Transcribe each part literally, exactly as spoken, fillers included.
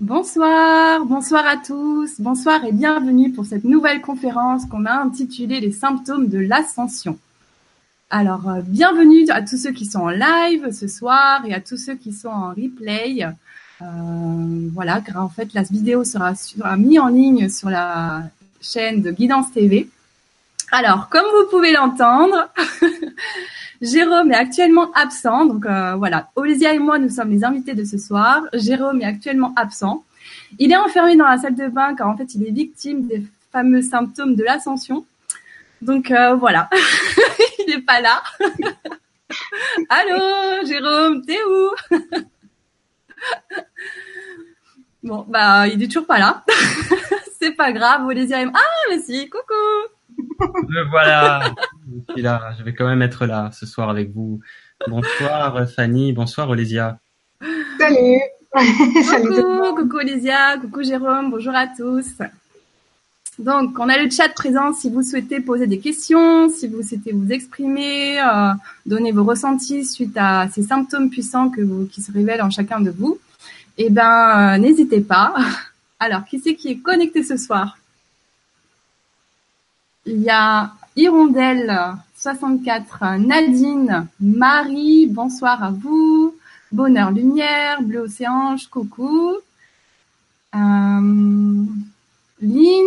Bonsoir, bonsoir à tous, bonsoir et bienvenue pour cette nouvelle conférence qu'on a intitulée Les symptômes de l'ascension. Alors, euh, bienvenue à tous ceux qui sont en live ce soir et à tous ceux qui sont en replay. Euh, voilà, car en fait, la vidéo sera, sera mise en ligne sur la chaîne de Guidance T V. Alors, comme vous pouvez l'entendre, Jérôme est actuellement absent, donc euh, voilà, Olivia et moi, nous sommes les invités de ce soir. Jérôme est actuellement absent. Il est enfermé dans la salle de bain car en fait, il est victime des fameux symptômes de l'ascension. Donc euh, voilà, il n'est pas là. Allô, Jérôme, t'es où? Bon, bah, il est toujours pas là. C'est pas grave, Olivia et moi. Ah, mais si, coucou. Me voilà. Je suis là. Je vais quand même être là ce soir avec vous. Bonsoir Fanny, bonsoir Olésia. Salut. Salut coucou, coucou Olivia, coucou Jérôme, bonjour à tous. Donc, on a le chat présent si vous souhaitez poser des questions, si vous souhaitez vous exprimer, euh, donner vos ressentis suite à ces symptômes puissants que vous, qui se révèlent en chacun de vous. Eh ben, euh, n'hésitez pas. Alors, qui c'est qui est connecté ce soir? Il y a Hirondelle soixante-quatre, Nadine, Marie, bonsoir à vous. Bonheur Lumière, Bleu Océan, coucou. Euh, Lynn,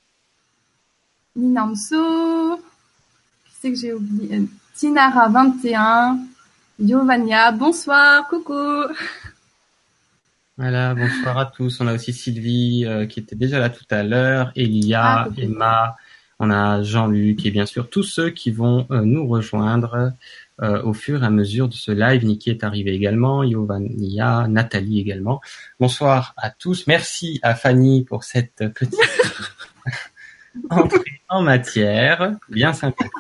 Lynn Amso, qui c'est que j'ai oublié? Tinara vingt et un, Giovannia, bonsoir, coucou. Voilà, bonsoir à tous. On a aussi Sylvie euh, qui était déjà là tout à l'heure, Elia, ah, Emma, on a Jean-Luc et bien sûr tous ceux qui vont euh, nous rejoindre euh, au fur et à mesure de ce live. Niki est arrivé également, Giovannia, Nathalie également. Bonsoir à tous. Merci à Fanny pour cette petite entrée en matière, bien sympathique.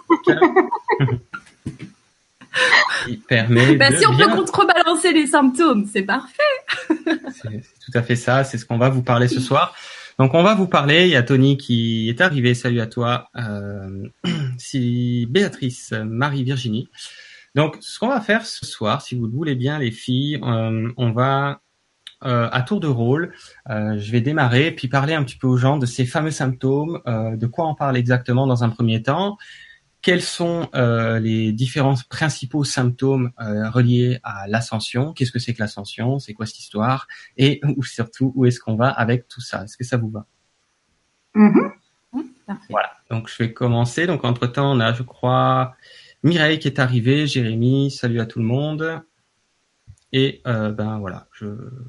Qui permet ben, de si on bien... peut contrebalancer les symptômes, c'est parfait. c'est, c'est tout à fait ça, c'est ce qu'on va vous parler ce soir. Donc on va vous parler, il y a Tony qui est arrivé, salut à toi, euh, c'est Béatrice, Marie-Virginie. Donc ce qu'on va faire ce soir, si vous le voulez bien les filles, euh, on va euh, à tour de rôle, euh, je vais démarrer puis parler un petit peu aux gens de ces fameux symptômes, euh, de quoi on parle exactement dans un premier temps. Quels sont euh, les différents principaux symptômes euh, reliés à l'ascension? Qu'est-ce que c'est que l'ascension? C'est quoi cette histoire? Et ou surtout, où est-ce qu'on va avec tout ça? Est-ce que ça vous va? Mm-hmm. Parfait. Voilà, donc je vais commencer. Donc entre-temps, on a, je crois, Mireille qui est arrivée, Jérémy, salut à tout le monde. Et euh, ben voilà, je,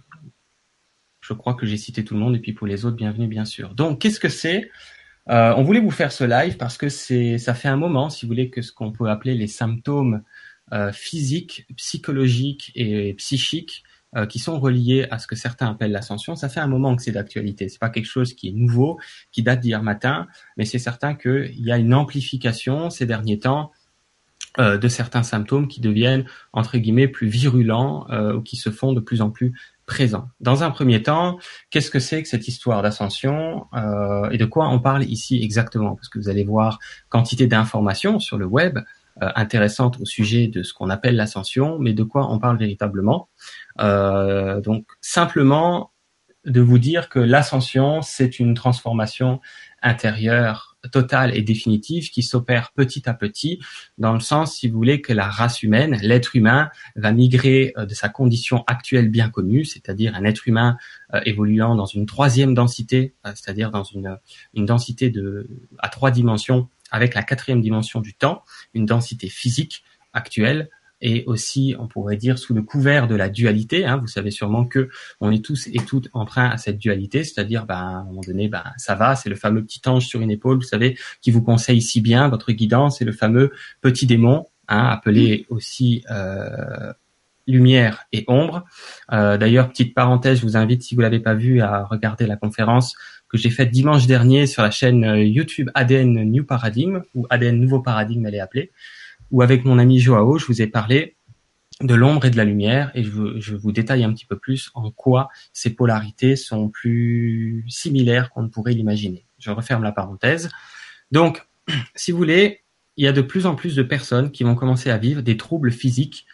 je crois que j'ai cité tout le monde. Et puis pour les autres, bienvenue bien sûr. Donc qu'est-ce que c'est? Euh, on voulait vous faire ce live parce que c'est, ça fait un moment, si vous voulez, que ce qu'on peut appeler les symptômes euh, physiques, psychologiques et psychiques euh, qui sont reliés à ce que certains appellent l'ascension, ça fait un moment que c'est d'actualité. C'est pas quelque chose qui est nouveau, qui date d'hier matin, mais c'est certain qu'il y a une amplification ces derniers temps euh, de certains symptômes qui deviennent entre guillemets plus virulents euh, ou qui se font de plus en plus présent. Dans un premier temps, qu'est-ce que c'est que cette histoire d'ascension euh, et de quoi on parle ici exactement? Parce que vous allez voir quantité d'informations sur le web euh, intéressantes au sujet de ce qu'on appelle l'ascension, mais de quoi on parle véritablement. Euh, donc simplement de vous dire que l'ascension, c'est une transformation intérieure totale et définitive qui s'opère petit à petit, dans le sens, si vous voulez, que la race humaine, l'être humain, va migrer de sa condition actuelle bien connue, c'est-à-dire un être humain euh, évoluant dans une troisième densité, euh, c'est-à-dire dans une, une densité de à trois dimensions, avec la quatrième dimension du temps, une densité physique actuelle, et aussi, on pourrait dire, sous le couvert de la dualité. Hein, vous savez sûrement que on est tous et toutes emprunts à cette dualité, c'est-à-dire, ben, à un moment donné, ben, ça va, c'est le fameux petit ange sur une épaule, vous savez, qui vous conseille si bien, votre guidance, c'est le fameux petit démon, hein, appelé aussi euh, lumière et ombre. Euh, d'ailleurs, petite parenthèse, je vous invite, si vous l'avez pas vu, à regarder la conférence que j'ai faite dimanche dernier sur la chaîne YouTube A D N New Paradigm, ou A D N Nouveau Paradigme, elle est appelée, où avec mon ami Joao, je vous ai parlé de l'ombre et de la lumière, et je, je vous détaille un petit peu plus en quoi ces polarités sont plus similaires qu'on ne pourrait l'imaginer. Je referme la parenthèse. Donc, si vous voulez, il y a de plus en plus de personnes qui vont commencer à vivre des troubles physiques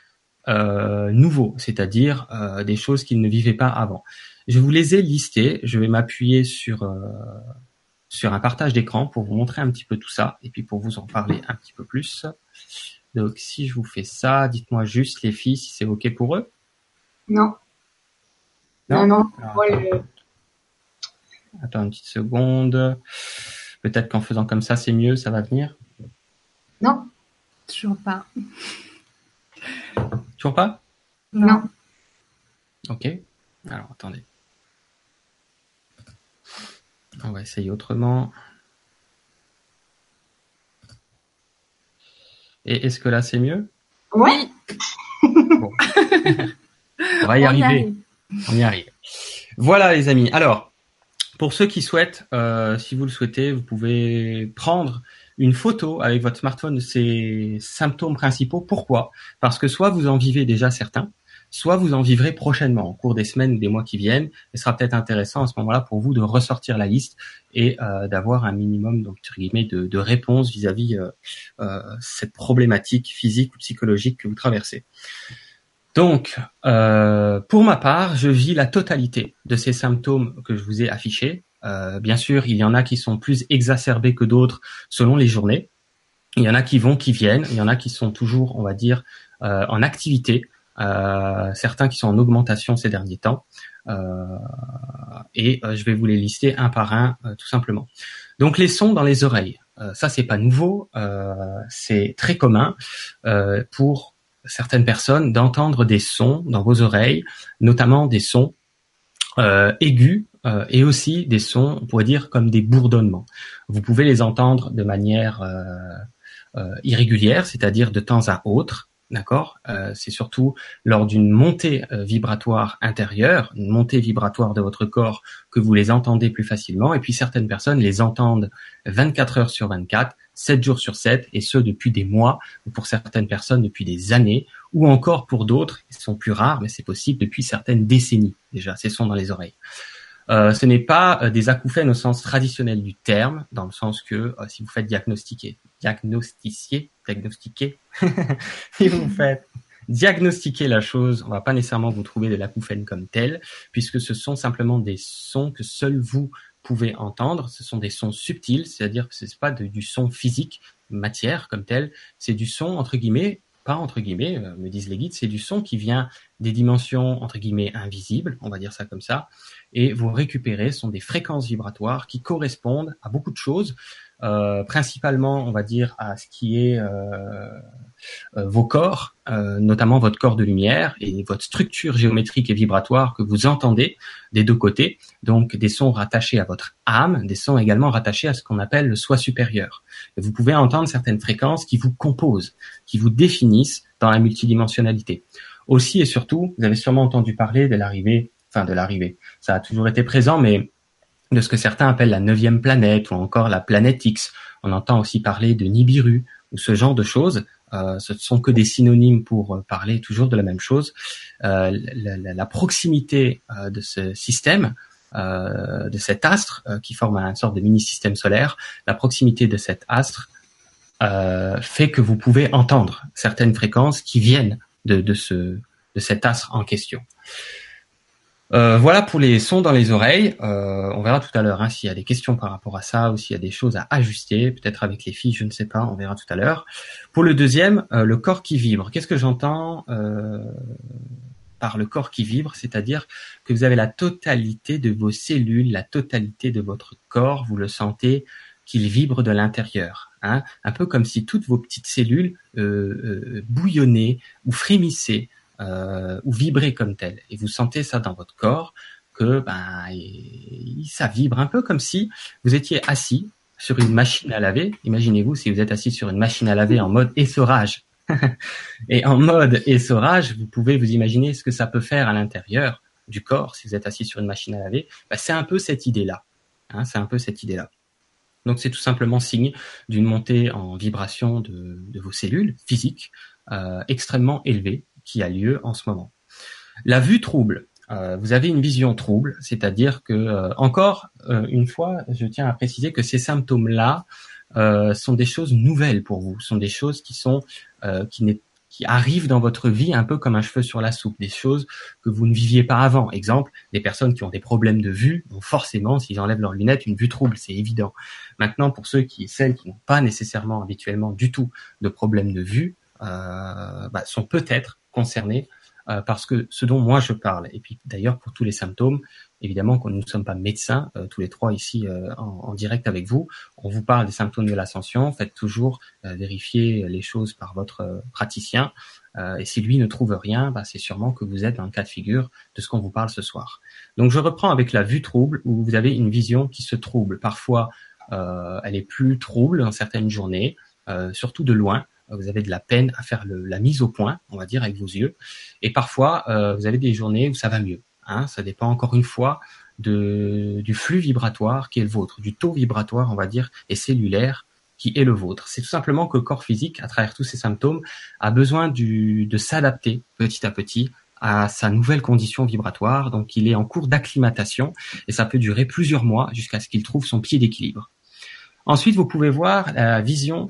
euh, nouveaux, c'est-à-dire euh, des choses qu'ils ne vivaient pas avant. Je vous les ai listés. Je vais m'appuyer sur euh, sur un partage d'écran pour vous montrer un petit peu tout ça et puis pour vous en parler un petit peu plus. Donc, si je vous fais ça, dites-moi juste, les filles, si c'est OK pour eux. Non. Non, non. non. Alors, Ouais, attends. le... attends une petite seconde. Peut-être qu'en faisant comme ça, c'est mieux, ça va venir. Non. Toujours pas. Toujours pas? Non. non. OK. Alors, attendez. On va essayer autrement. Et est-ce que là, c'est mieux? Oui. Bon. On va y On arriver. Y arrive. On y arrive. Voilà, les amis. Alors, pour ceux qui souhaitent, euh, si vous le souhaitez, vous pouvez prendre une photo avec votre smartphone de ces symptômes principaux. Pourquoi? Parce que soit vous en vivez déjà certains, soit vous en vivrez prochainement, au cours des semaines ou des mois qui viennent. Et ce sera peut-être intéressant à ce moment-là pour vous de ressortir la liste et euh, d'avoir un minimum, donc, entre guillemets, de, de réponse vis-à-vis euh, euh, cette problématique physique ou psychologique que vous traversez. Donc, euh, pour ma part, je vis la totalité de ces symptômes que je vous ai affichés. Euh, bien sûr, il y en a qui sont plus exacerbés que d'autres selon les journées. Il y en a qui vont, qui viennent. Il y en a qui sont toujours, on va dire, euh, en activité. Euh, certains qui sont en augmentation ces derniers temps. Euh, et euh, je vais vous les lister un par un, euh, tout simplement. Donc, les sons dans les oreilles. Euh, ça, c'est pas nouveau. Euh, c'est très commun euh, pour certaines personnes d'entendre des sons dans vos oreilles, notamment des sons euh, aigus euh, et aussi des sons, on pourrait dire, comme des bourdonnements. Vous pouvez les entendre de manière euh, euh, irrégulière, c'est-à-dire de temps à autre. D'accord, euh, c'est surtout lors d'une montée euh, vibratoire intérieure, une montée vibratoire de votre corps que vous les entendez plus facilement. Et puis certaines personnes les entendent vingt-quatre heures sur vingt-quatre, sept jours sur sept, et ce depuis des mois, ou pour certaines personnes depuis des années, ou encore pour d'autres, ils sont plus rares, mais c'est possible depuis certaines décennies déjà, ces sons dans les oreilles. Euh, ce n'est pas euh, des acouphènes au sens traditionnel du terme, dans le sens que euh, si vous faites diagnostiquer, diagnosticier, diagnostiquer, si vous faites diagnostiquer la chose, on va pas nécessairement vous trouver de l'acouphène comme tel, puisque ce sont simplement des sons que seuls vous pouvez entendre. Ce sont des sons subtils, c'est-à-dire que c'est pas de, du son physique, matière comme tel, c'est du son entre guillemets, pas entre guillemets, euh, me disent les guides, c'est du son qui vient des dimensions entre guillemets invisibles, on va dire ça comme ça, et vous récupérez sont des fréquences vibratoires qui correspondent à beaucoup de choses, euh, principalement on va dire à ce qui est euh, euh, vos corps, euh, notamment votre corps de lumière et votre structure géométrique et vibratoire que vous entendez des deux côtés, donc des sons rattachés à votre âme, des sons également rattachés à ce qu'on appelle le soi supérieur. Et vous pouvez entendre certaines fréquences qui vous composent, qui vous définissent dans la multidimensionnalité. Aussi et surtout, vous avez sûrement entendu parler de l'arrivée, enfin de l'arrivée, ça a toujours été présent, mais de ce que certains appellent la neuvième planète ou encore la planète X. On entend aussi parler de Nibiru ou ce genre de choses. Euh, ce ne sont que des synonymes pour parler toujours de la même chose. Euh, la, la, la proximité euh, de ce système, euh, de cet astre euh, qui forme une sorte de mini-système solaire, la proximité de cet astre euh, fait que vous pouvez entendre certaines fréquences qui viennent de, de, ce, de cet astre en question. Euh, voilà pour les sons dans les oreilles. Euh, on verra tout à l'heure hein, s'il y a des questions par rapport à ça ou s'il y a des choses à ajuster, peut-être avec les filles, je ne sais pas, on verra tout à l'heure. Pour le deuxième, euh, le corps qui vibre. Qu'est-ce que j'entends euh, par le corps qui vibre? C'est-à-dire que vous avez la totalité de vos cellules, la totalité de votre corps, vous le sentez qu'il vibre de l'intérieur. Hein, un peu comme si toutes vos petites cellules euh, euh, bouillonnaient ou frémissaient. Euh, ou vibrer comme tel, et vous sentez ça dans votre corps, que ben et, et ça vibre un peu comme si vous étiez assis sur une machine à laver. Imaginez-vous si vous êtes assis sur une machine à laver en mode essorage. Et en mode essorage, vous pouvez vous imaginer ce que ça peut faire à l'intérieur du corps si vous êtes assis sur une machine à laver. Ben, c'est un peu cette idée-là. Hein, c'est un peu cette idée-là. Donc c'est tout simplement signe d'une montée en vibration de, de vos cellules physiques euh, extrêmement élevée qui a lieu en ce moment. La vue trouble. Euh, vous avez une vision trouble, c'est-à-dire que euh, encore euh, une fois, je tiens à préciser que ces symptômes-là euh, sont des choses nouvelles pour vous, sont des choses qui sont euh, qui, n'est, qui arrivent dans votre vie un peu comme un cheveu sur la soupe, des choses que vous ne viviez pas avant. Exemple, des personnes qui ont des problèmes de vue ont forcément, s'ils enlèvent leurs lunettes, une vue trouble, c'est évident. Maintenant, pour ceux qui, celles qui n'ont pas nécessairement habituellement du tout de problème de vue, euh, bah, sont peut-être concernés euh, parce que ce dont moi je parle. Et puis d'ailleurs pour tous les symptômes, évidemment que nous ne sommes pas médecins, euh, tous les trois ici euh, en, en direct avec vous, on vous parle des symptômes de l'ascension, faites toujours euh, vérifier les choses par votre euh, praticien, euh, et si lui ne trouve rien, bah, c'est sûrement que vous êtes dans le cas de figure de ce qu'on vous parle ce soir. Donc je reprends avec la vue trouble, où vous avez une vision qui se trouble. Parfois, euh, elle est plus trouble dans certaines journées, euh, surtout de loin. Vous avez de la peine à faire le, la mise au point, on va dire, avec vos yeux. Et parfois, euh, vous avez des journées où ça va mieux. Hein, ça dépend encore une fois de, du flux vibratoire qui est le vôtre, du taux vibratoire, on va dire, et cellulaire qui est le vôtre. C'est tout simplement que le corps physique, à travers tous ces symptômes, a besoin du, de s'adapter petit à petit à sa nouvelle condition vibratoire. Donc, il est en cours d'acclimatation et ça peut durer plusieurs mois jusqu'à ce qu'il trouve son pied d'équilibre. Ensuite, vous pouvez voir la vision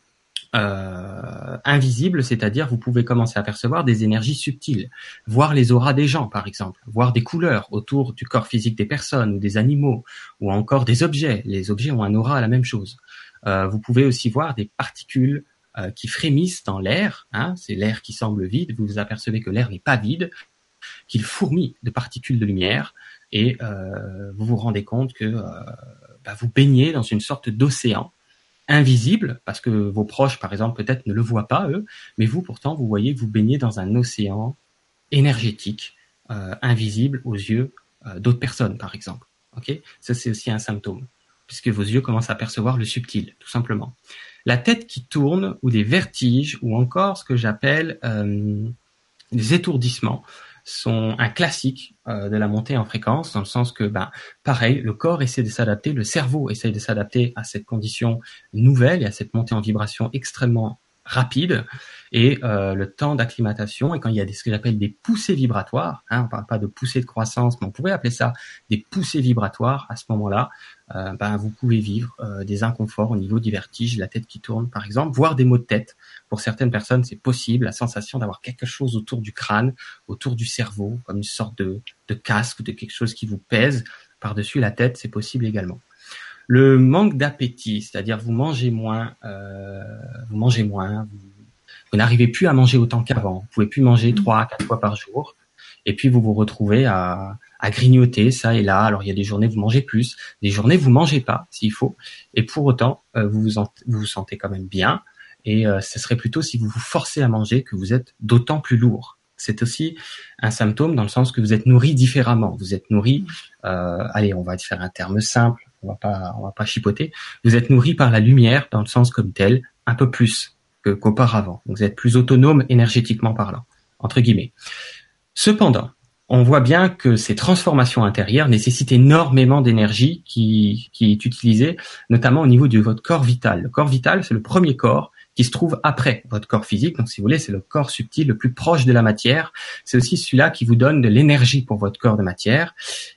Euh, invisible, c'est-à-dire vous pouvez commencer à percevoir des énergies subtiles, voir les auras des gens par exemple, voir des couleurs autour du corps physique des personnes ou des animaux, ou encore des objets. Les objets ont un aura à la même chose. Euh, vous pouvez aussi voir des particules euh, qui frémissent dans l'air, hein, c'est l'air qui semble vide, vous vous apercevez que l'air n'est pas vide, qu'il fourmille de particules de lumière, et euh, vous vous rendez compte que euh, bah, vous baignez dans une sorte d'océan invisible, parce que vos proches, par exemple, peut-être ne le voient pas, eux, mais vous, pourtant, vous voyez que vous baignez dans un océan énergétique, euh, invisible aux yeux euh, d'autres personnes, par exemple. Ok, ça, c'est aussi un symptôme, puisque vos yeux commencent à percevoir le subtil, tout simplement. La tête qui tourne, ou des vertiges, ou encore ce que j'appelle euh, des étourdissements, sont un classique euh, de la montée en fréquence, dans le sens que, ben, pareil, le corps essaie de s'adapter, le cerveau essaie de s'adapter à cette condition nouvelle et à cette montée en vibration extrêmement rapide, et euh, le temps d'acclimatation, et quand il y a des, ce que j'appelle des poussées vibratoires, hein, on parle pas de poussées de croissance, mais on pourrait appeler ça des poussées vibratoires, à ce moment-là, euh, ben, vous pouvez vivre euh, des inconforts au niveau du vertige, la tête qui tourne par exemple, voire des maux de tête. Pour certaines personnes, c'est possible, la sensation d'avoir quelque chose autour du crâne, autour du cerveau, comme une sorte de, de casque ou de quelque chose qui vous pèse par-dessus la tête, c'est possible également. Le manque d'appétit, c'est-à-dire vous mangez moins, euh, vous mangez moins, vous, vous n'arrivez plus à manger autant qu'avant, vous pouvez plus manger trois, quatre fois par jour, et puis vous vous retrouvez à, à grignoter ça et là. Alors il y a des journées vous mangez plus, des journées vous mangez pas s'il faut, et pour autant euh, vous, vous, en, vous vous sentez quand même bien. Et euh, ce serait plutôt si vous vous forcez à manger que vous êtes d'autant plus lourd. C'est aussi un symptôme dans le sens que vous êtes nourri différemment. Vous êtes nourri, euh, allez, on va faire un terme simple, on va pas, on va pas chipoter. Vous êtes nourri par la lumière dans le sens comme tel, un peu plus que, qu'auparavant. Donc, vous êtes plus autonome énergétiquement parlant, entre guillemets. Cependant, on voit bien que ces transformations intérieures nécessitent énormément d'énergie qui, qui est utilisée, notamment au niveau de votre corps vital. Le corps vital, c'est le premier corps qui se trouve après votre corps physique. Donc, si vous voulez, c'est le corps subtil le plus proche de la matière. C'est aussi celui-là qui vous donne de l'énergie pour votre corps de matière.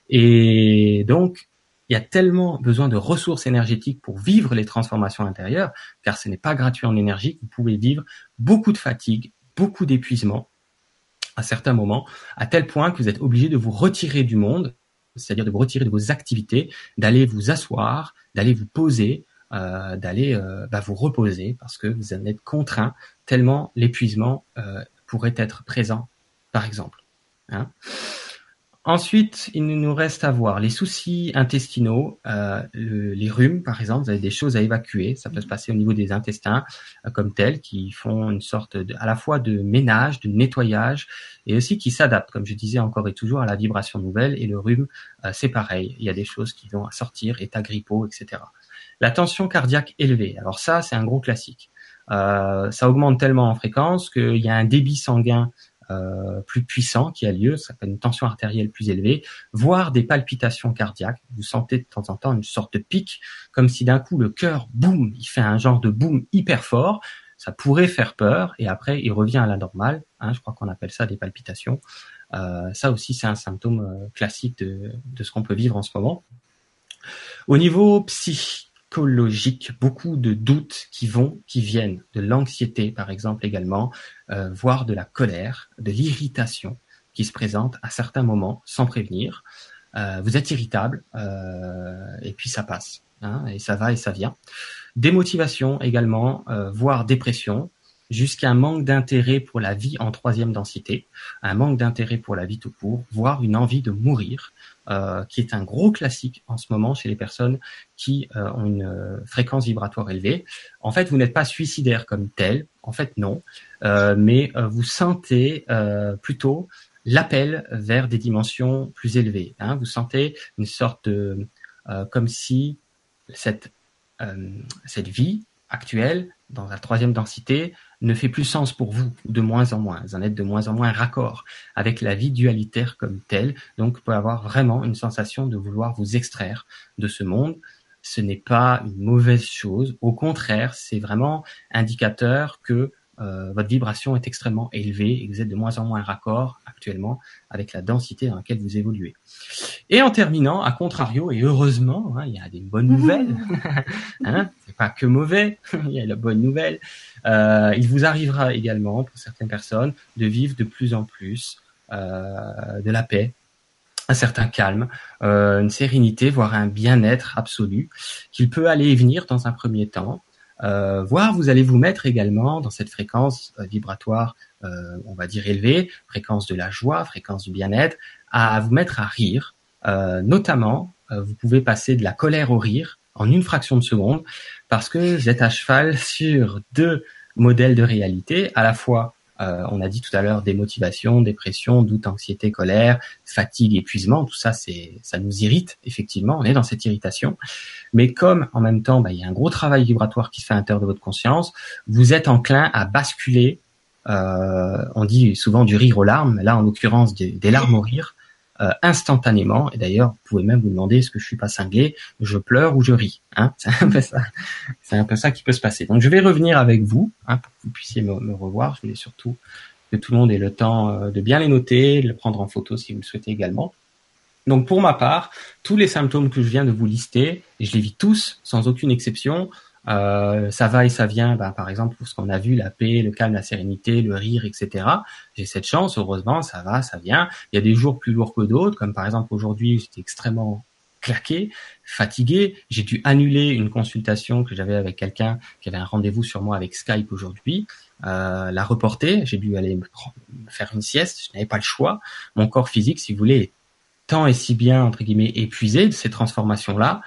Et donc, il y a tellement besoin de ressources énergétiques pour vivre les transformations intérieures, car ce n'est pas gratuit en énergie, que vous pouvez vivre beaucoup de fatigue, beaucoup d'épuisement à certains moments, à tel point que vous êtes obligé de vous retirer du monde, c'est-à-dire de vous retirer de vos activités, d'aller vous asseoir, d'aller vous poser, Euh, d'aller euh, bah, vous reposer parce que vous en êtes contraint tellement l'épuisement euh, pourrait être présent, par exemple. Hein. Ensuite, il nous reste à voir les soucis intestinaux, euh, le, les rhumes, par exemple. Vous avez des choses à évacuer. Ça peut se passer au niveau des intestins euh, comme tels, qui font une sorte de, à la fois de ménage, de nettoyage, et aussi qui s'adaptent, comme je disais encore et toujours, à la vibration nouvelle. Et le rhume, euh, c'est pareil. Il y a des choses qui vont sortir, état grippaux, et cetera. La tension cardiaque élevée. Alors ça, c'est un gros classique. Euh, ça augmente tellement en fréquence qu'il y a un débit sanguin euh, plus puissant qui a lieu, ça s'appelle une tension artérielle plus élevée, voire des palpitations cardiaques. Vous sentez de temps en temps une sorte de pic, comme si d'un coup le cœur, boum, il fait un genre de boum hyper fort. Ça pourrait faire peur et après il revient à la normale. Hein, je crois qu'on appelle ça des palpitations. Euh, ça aussi, c'est un symptôme euh, classique de, de ce qu'on peut vivre en ce moment. Au niveau psychique, psychologique, beaucoup de doutes qui vont, qui viennent, de l'anxiété par exemple également, euh, voire de la colère, de l'irritation qui se présente à certains moments sans prévenir. Euh, vous êtes irritable euh, et puis ça passe, hein, et ça va et ça vient. Démotivation également, euh, voire dépression, jusqu'à un manque d'intérêt pour la vie en troisième densité, un manque d'intérêt pour la vie tout court, voire une envie de mourir, euh, qui est un gros classique en ce moment chez les personnes qui euh, ont une euh, fréquence vibratoire élevée. En fait, vous n'êtes pas suicidaire comme tel, en fait non, euh, mais euh, vous sentez euh, plutôt l'appel vers des dimensions plus élevées. Hein. Vous sentez une sorte de... Euh, comme si cette, euh, cette vie actuelle, dans la troisième densité, ne fait plus sens pour vous, de moins en moins. Vous en êtes de moins en moins raccord avec la vie dualitaire comme telle. Donc, vous pouvez avoir vraiment une sensation de vouloir vous extraire de ce monde. Ce n'est pas une mauvaise chose. Au contraire, c'est vraiment indicateur que euh, votre vibration est extrêmement élevée et que vous êtes de moins en moins raccord actuellement avec la densité dans laquelle vous évoluez. Et en terminant, à contrario, et heureusement, hein, il y a des bonnes nouvelles, hein, c'est pas que mauvais, il y a la bonne nouvelle, euh, il vous arrivera également, pour certaines personnes, de vivre de plus en plus euh, de la paix, un certain calme, euh, une sérénité, voire un bien-être absolu, qu'il peut aller et venir dans un premier temps, euh, voire vous allez vous mettre également dans cette fréquence euh, vibratoire, euh, on va dire élevée, fréquence de la joie, fréquence du bien-être, à vous mettre à rire. Euh, notamment, euh, vous pouvez passer de la colère au rire en une fraction de seconde parce que vous êtes à cheval sur deux modèles de réalité, à la fois, euh, on a dit tout à l'heure, démotivation, dépression, doute, anxiété, colère, fatigue, épuisement, tout ça, c'est, ça nous irrite, effectivement, on est dans cette irritation. Mais comme, en même temps, bah, il y a un gros travail vibratoire qui se fait à l'intérieur de votre conscience, vous êtes enclin à basculer, euh, on dit souvent du rire aux larmes, là, en l'occurrence, des, des larmes au rire, Euh, instantanément. Et d'ailleurs, vous pouvez même vous demander est-ce que je suis pas cinglé, je pleure ou je ris. Hein, c'est un peu ça. C'est un peu ça qui peut se passer. Donc, je vais revenir avec vous hein, pour que vous puissiez me, me revoir. Je voulais surtout que tout le monde ait le temps euh, de bien les noter, de le prendre en photo si vous le souhaitez également. Donc, pour ma part, tous les symptômes que je viens de vous lister, et je les vis tous sans aucune exception. Euh, ça va et ça vient, ben, par exemple, pour ce qu'on a vu, la paix, le calme, la sérénité, le rire, et cetera. J'ai cette chance, heureusement, ça va, ça vient. Il y a des jours plus lourds que d'autres, comme par exemple aujourd'hui, j'étais extrêmement claqué, fatigué. J'ai dû annuler une consultation que j'avais avec quelqu'un qui avait un rendez-vous sur moi avec Skype aujourd'hui, euh, la reporter. J'ai dû aller me faire une sieste, je n'avais pas le choix. Mon corps physique, si vous voulez, est tant et si bien, entre guillemets, épuisé de ces transformations-là,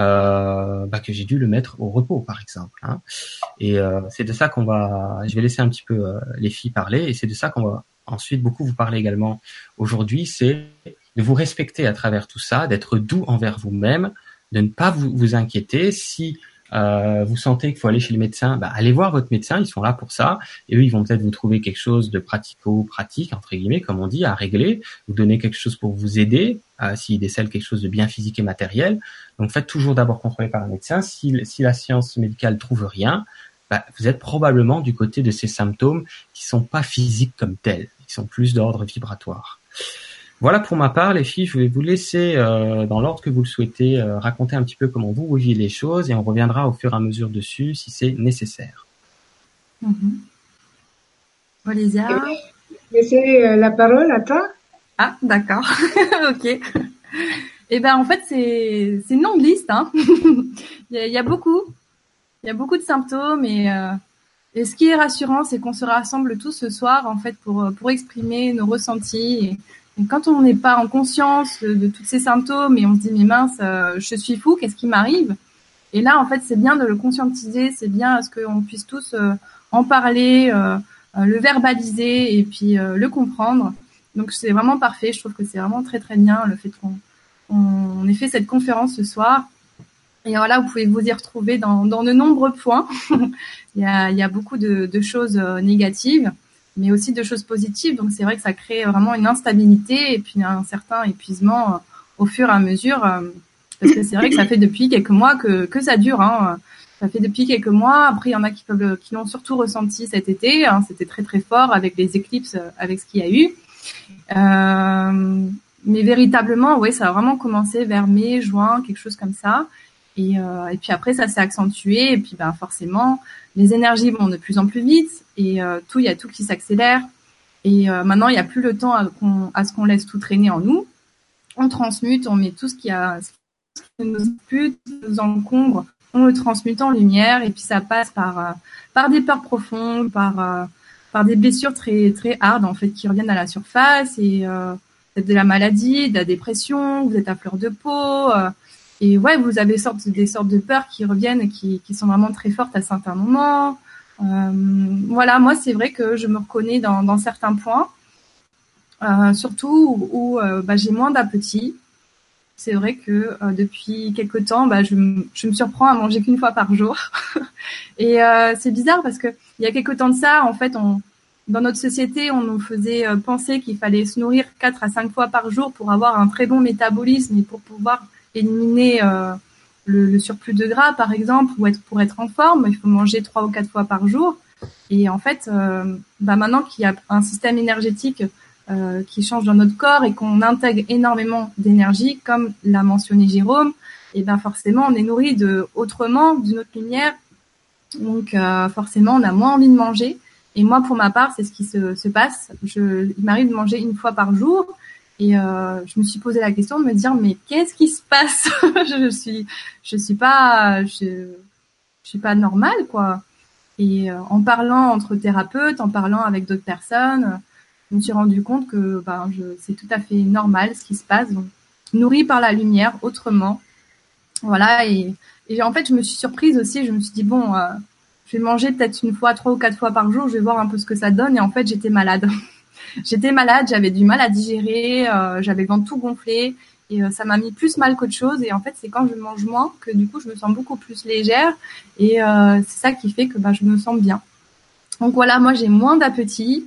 Euh, bah, que j'ai dû le mettre au repos, par exemple. Hein. Et euh, c'est de ça qu'on va. Je vais laisser un petit peu euh, les filles parler, et c'est de ça qu'on va ensuite beaucoup vous parler également aujourd'hui. C'est de vous respecter à travers tout ça, d'être doux envers vous-même, de ne pas vous, vous inquiéter. Si euh, vous sentez qu'il faut aller chez le médecin, bah, allez voir votre médecin. Ils sont là pour ça, et eux, ils vont peut-être vous trouver quelque chose de pratico-pratique entre guillemets, comme on dit, à régler, vous donner quelque chose pour vous aider. Euh, s'il décèle quelque chose de bien physique et matériel. Donc faites toujours d'abord contrôler par un médecin. Si, si la science médicale trouve rien, bah, vous êtes probablement du côté de ces symptômes qui sont pas physiques comme tels, qui sont plus d'ordre vibratoire. Voilà pour ma part, les filles, je vais vous laisser euh, dans l'ordre que vous le souhaitez euh, raconter un petit peu comment vous vivez les choses et on reviendra au fur et à mesure dessus si c'est nécessaire. Mm-hmm. Olivia. Laissez la parole à toi. Ah, d'accord. Ok. Eh ben, en fait, c'est, c'est une longue liste, hein. il, y a, il y a beaucoup, il y a beaucoup de symptômes et, euh, et ce qui est rassurant, c'est qu'on se rassemble tous ce soir, en fait, pour, pour exprimer nos ressentis. Et, et quand on n'est pas en conscience de, de tous ces symptômes et on se dit, mais mince, euh, je suis fou, qu'est-ce qui m'arrive? Et là, en fait, c'est bien de le conscientiser, c'est bien à ce qu'on puisse tous euh, en parler, euh, euh, le verbaliser et puis euh, le comprendre. Donc c'est vraiment parfait, je trouve que c'est vraiment très très bien le fait qu'on on ait fait cette conférence ce soir. Et voilà, vous pouvez vous y retrouver dans, dans de nombreux points. il, y a, il y a beaucoup de, de choses négatives, mais aussi de choses positives. Donc c'est vrai que ça crée vraiment une instabilité et puis un certain épuisement au fur et à mesure. Parce que c'est vrai que ça fait depuis quelques mois que, que ça dure. Hein. Ça fait depuis quelques mois. Après, il y en a qui peuvent, qui l'ont surtout ressenti cet été. Hein. C'était très très fort avec les éclipses, avec ce qu'il y a eu. Euh, mais véritablement, oui, ça a vraiment commencé vers mai, juin, quelque chose comme ça. Et, euh, et puis après, ça s'est accentué. Et puis, ben, forcément, les énergies vont de plus en plus vite. Et euh, tout, il y a tout qui s'accélère. Et euh, maintenant, il n'y a plus le temps à, qu'on, à ce qu'on laisse tout traîner en nous. On transmute, on met tout ce qui a, ce qui nous plus nous encombre, on le transmute en lumière. Et puis, ça passe par euh, par des peurs profondes, par euh, par des blessures très très hardes en fait qui reviennent à la surface. Et euh, peut-être de la maladie, de la dépression, vous êtes à fleur de peau. Euh, Et ouais, vous avez sortes, des sortes de peurs qui reviennent, qui, qui sont vraiment très fortes à certains moments. Euh, voilà, moi, c'est vrai que je me reconnais dans, dans certains points, euh, surtout où, où euh, bah, j'ai moins d'appétit. C'est vrai que euh, depuis quelque temps, bah, je, je me surprends à manger qu'une fois par jour. Et euh, c'est bizarre parce que il y a quelque temps de ça, en fait, on, dans notre société, on nous faisait euh, penser qu'il fallait se nourrir quatre à cinq fois par jour pour avoir un très bon métabolisme et pour pouvoir éliminer euh, le, le surplus de gras, par exemple, ou être pour être en forme, il faut manger trois ou quatre fois par jour. Et en fait, euh, bah maintenant qu'il y a un système énergétique euh, qui change dans notre corps et qu'on intègre énormément d'énergie, comme l'a mentionné Jérôme, et ben forcément, on est nourri de autrement, d'une autre lumière. Donc euh, forcément, on a moins envie de manger. Et moi, pour ma part, c'est ce qui se, se passe. Je, il m'arrive de manger une fois par jour. Et euh, je me suis posé la question de me dire mais qu'est-ce qui se passe? je suis je suis pas je, je suis pas normale quoi. Et euh, en parlant entre thérapeutes, en parlant avec d'autres personnes, je me suis rendu compte que ben je c'est tout à fait normal ce qui se passe. Donc nourrie par la lumière autrement. Voilà et et en fait je me suis surprise aussi, je me suis dit bon euh, je vais manger peut-être une fois, trois ou quatre fois par jour, je vais voir un peu ce que ça donne et en fait j'étais malade. J'étais malade, j'avais du mal à digérer, euh, j'avais le ventre tout gonflé et euh, ça m'a mis plus mal qu'autre chose. Et en fait, c'est quand je mange moins que du coup, je me sens beaucoup plus légère et euh, c'est ça qui fait que bah, je me sens bien. Donc voilà, moi j'ai moins d'appétit,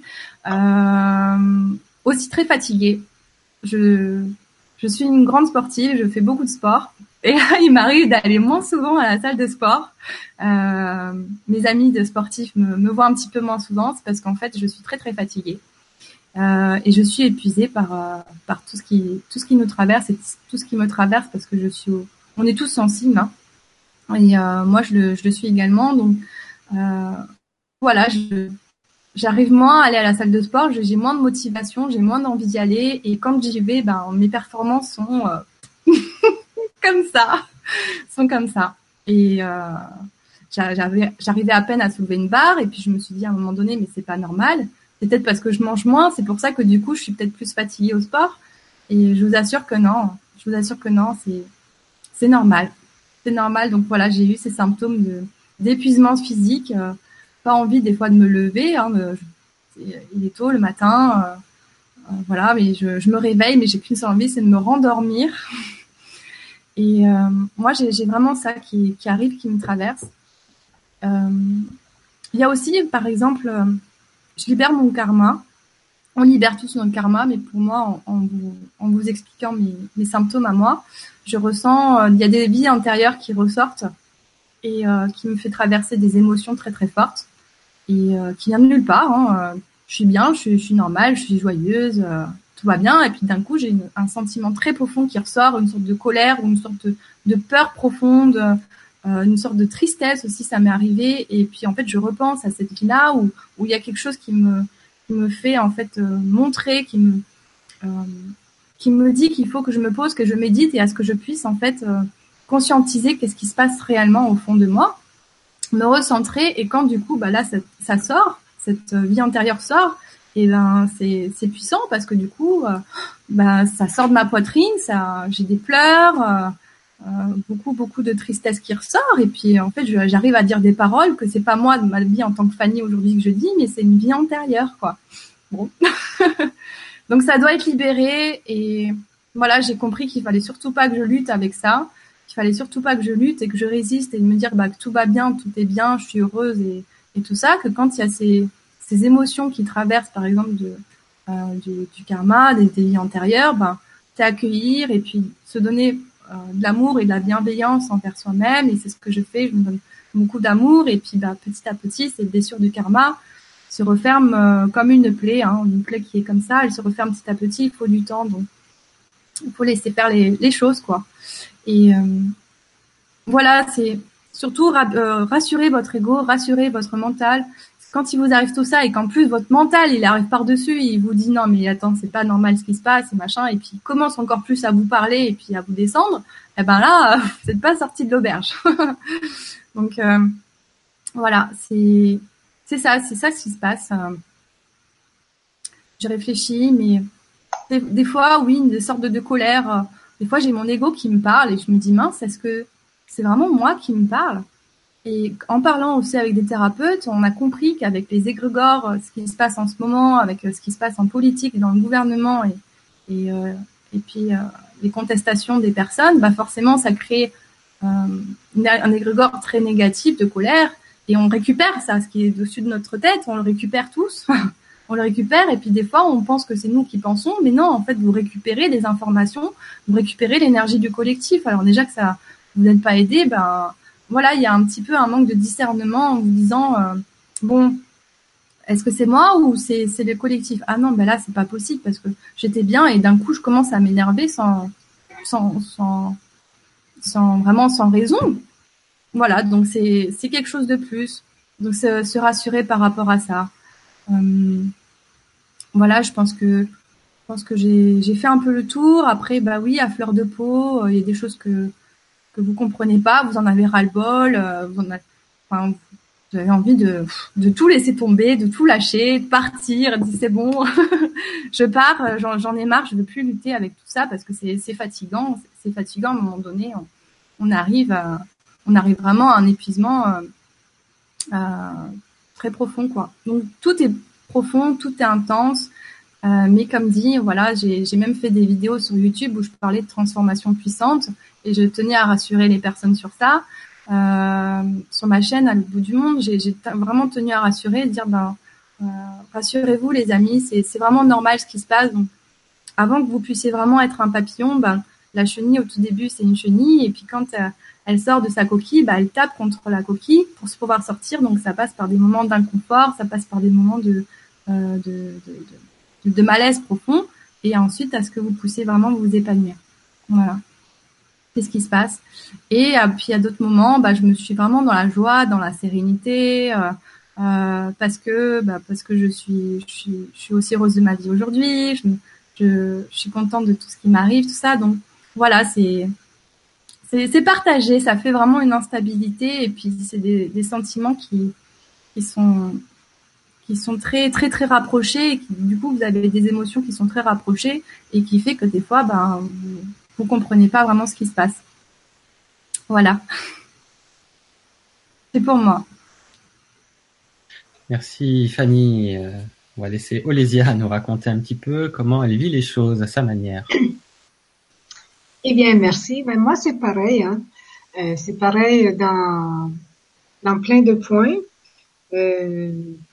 euh, aussi très fatiguée. Je, je suis une grande sportive, je fais beaucoup de sport. Et là, il m'arrive d'aller moins souvent à la salle de sport. Euh, mes amis de sportifs me, me voient un petit peu moins souvent, c'est parce qu'en fait, je suis très très fatiguée. Euh, et je suis épuisée par euh, par tout ce qui tout ce qui nous traverse et tout ce qui me traverse parce que je suis au, on est tous sensibles hein. Et euh, moi je le je le suis également donc euh, voilà je j'arrive moins à aller à la salle de sport, j'ai moins de motivation, j'ai moins d'envie d'y aller et quand j'y vais ben mes performances sont euh, comme ça sont comme ça et euh, j'avais j'arrivais à peine à soulever une barre et puis je me suis dit à un moment donné mais c'est pas normal. C'est peut-être parce que je mange moins, c'est pour ça que du coup, je suis peut-être plus fatiguée au sport. Et je vous assure que non, je vous assure que non, c'est c'est normal. C'est normal. Donc voilà, j'ai eu ces symptômes de d'épuisement physique, euh, pas envie des fois de me lever. Hein, de, je, il est tôt le matin, euh, euh, voilà, mais je, je me réveille, mais j'ai qu'une seule envie, c'est de me rendormir. Et euh, moi, j'ai, j'ai vraiment ça qui, qui arrive, qui me traverse. Euh, il y a aussi, par exemple, euh, je libère mon karma. On libère tous notre karma, mais pour moi, en, en, vous, en vous expliquant mes, mes symptômes à moi, je ressens, euh, il y a des vies intérieures qui ressortent et euh, qui me fait traverser des émotions très très fortes et euh, qui viennent de nulle part. Hein. Euh, je suis bien, je suis, je suis normale, je suis joyeuse, euh, tout va bien. Et puis d'un coup, j'ai une, un sentiment très profond qui ressort, une sorte de colère ou une sorte de, de peur profonde. Euh, une sorte de tristesse aussi, ça m'est arrivé. Et puis en fait, je repense à cette vie-là où où il y a quelque chose qui me qui me fait en fait euh, montrer, qui me euh, qui me dit qu'il faut que je me pose, que je médite et à ce que je puisse en fait euh, conscientiser qu'est-ce qui se passe réellement au fond de moi, me recentrer et quand du coup bah là ça, ça sort, cette vie intérieure sort, et ben c'est c'est puissant parce que du coup euh, bah ça sort de ma poitrine, ça j'ai des pleurs. Euh, Euh, beaucoup beaucoup de tristesse qui ressort et puis en fait je, j'arrive à dire des paroles que c'est pas moi de ma vie en tant que Fanny aujourd'hui que je dis mais c'est une vie antérieure quoi. Bon. Donc ça doit être libéré et voilà j'ai compris qu'il fallait surtout pas que je lutte avec ça, qu'il fallait surtout pas que je lutte et que je résiste et de me dire bah que tout va bien, tout est bien, je suis heureuse et, et tout ça, que quand il y a ces ces émotions qui traversent par exemple de euh, du, du karma, des, des vies antérieures, bah c'est accueillir et puis se donner de l'amour et de la bienveillance envers soi-même et c'est ce que je fais, je me donne beaucoup d'amour et puis bah, petit à petit ces blessures du karma se referment euh, comme une plaie, hein, une plaie qui est comme ça, elle se referme petit à petit, il faut du temps, donc il faut laisser faire les, les choses quoi. Et, euh, voilà, c'est surtout ra- euh, rassurer votre ego, rassurer votre mental. Quand il vous arrive tout ça et qu'en plus votre mental il arrive par-dessus, il vous dit non mais attends c'est pas normal ce qui se passe et machin et puis il commence encore plus à vous parler et puis à vous descendre, et ben là vous n'êtes pas sorti de l'auberge. Donc euh, voilà, c'est c'est ça, c'est ça ce qui se passe. Je réfléchis, mais des, des fois oui, une sorte de, de colère. Des fois j'ai mon ego qui me parle et je me dis mince, est-ce que c'est vraiment moi qui me parle? Et en parlant aussi avec des thérapeutes, on a compris qu'avec les égrégores, ce qui se passe en ce moment, avec ce qui se passe en politique, dans le gouvernement et, et, euh, et puis euh, les contestations des personnes, bah forcément ça crée euh, un égrégore très négatif de colère et on récupère ça, ce qui est au-dessus de notre tête, on le récupère tous. On le récupère et puis des fois on pense que c'est nous qui pensons, mais non, en fait vous récupérez des informations, vous récupérez l'énergie du collectif. Alors déjà que ça vous n'êtes pas aidé, ben voilà, il y a un petit peu un manque de discernement en vous disant euh, bon, est-ce que c'est moi ou c'est c'est le collectif? Ah non, ben là c'est pas possible parce que j'étais bien et d'un coup je commence à m'énerver sans sans sans sans vraiment sans raison. Voilà, donc c'est c'est quelque chose de plus. Donc se, se rassurer par rapport à ça. Euh, voilà, je pense que je pense que j'ai j'ai fait un peu le tour. Après, bah oui, à fleur de peau, il euh, y a des choses que que vous comprenez pas, vous en avez ras-le-bol, euh, vous en avez, enfin, vous avez envie de de tout laisser tomber, de tout lâcher, de partir, de dire c'est bon, je pars, j'en, j'en ai marre, je veux plus lutter avec tout ça parce que c'est c'est fatigant, c'est fatigant à un moment donné, on, on arrive à, on arrive vraiment à un épuisement euh, euh, très profond quoi. Donc tout est profond, tout est intense. Euh, mais comme dit, voilà, j'ai, j'ai même fait des vidéos sur YouTube où je parlais de transformation puissante et je tenais à rassurer les personnes sur ça. Euh, sur ma chaîne, à l'autre bout du monde, j'ai, j'ai t- vraiment tenu à rassurer, et dire, ben, euh, rassurez-vous les amis, c'est, c'est vraiment normal ce qui se passe. Donc, avant que vous puissiez vraiment être un papillon, ben, la chenille au tout début c'est une chenille et puis quand euh, elle sort de sa coquille, ben, elle tape contre la coquille pour se pouvoir sortir. Donc ça passe par des moments d'inconfort, ça passe par des moments de euh, de, de, de de malaise profond et ensuite à ce que vous puissiez vraiment vous épanouir. Voilà. C'est ce qui se passe. Et euh, puis à d'autres moments, bah, je me suis vraiment dans la joie, dans la sérénité, euh, euh, parce que bah, parce que je suis, je suis je suis aussi heureuse de ma vie aujourd'hui. Je, je, je suis contente de tout ce qui m'arrive, tout ça. Donc voilà, c'est c'est, c'est partagé. Ça fait vraiment une instabilité et puis c'est des, des sentiments qui qui sont qui sont très très très rapprochés et qui, du coup vous avez des émotions qui sont très rapprochées et qui fait que des fois ben vous, vous comprenez pas vraiment ce qui se passe. Voilà, c'est pour moi. Merci Fanny. Euh, on va laisser Olésia nous raconter un petit peu comment elle vit les choses à sa manière. Eh bien, merci. Ben, moi, c'est pareil. Hein. Euh, c'est pareil dans, dans plein de points. Euh,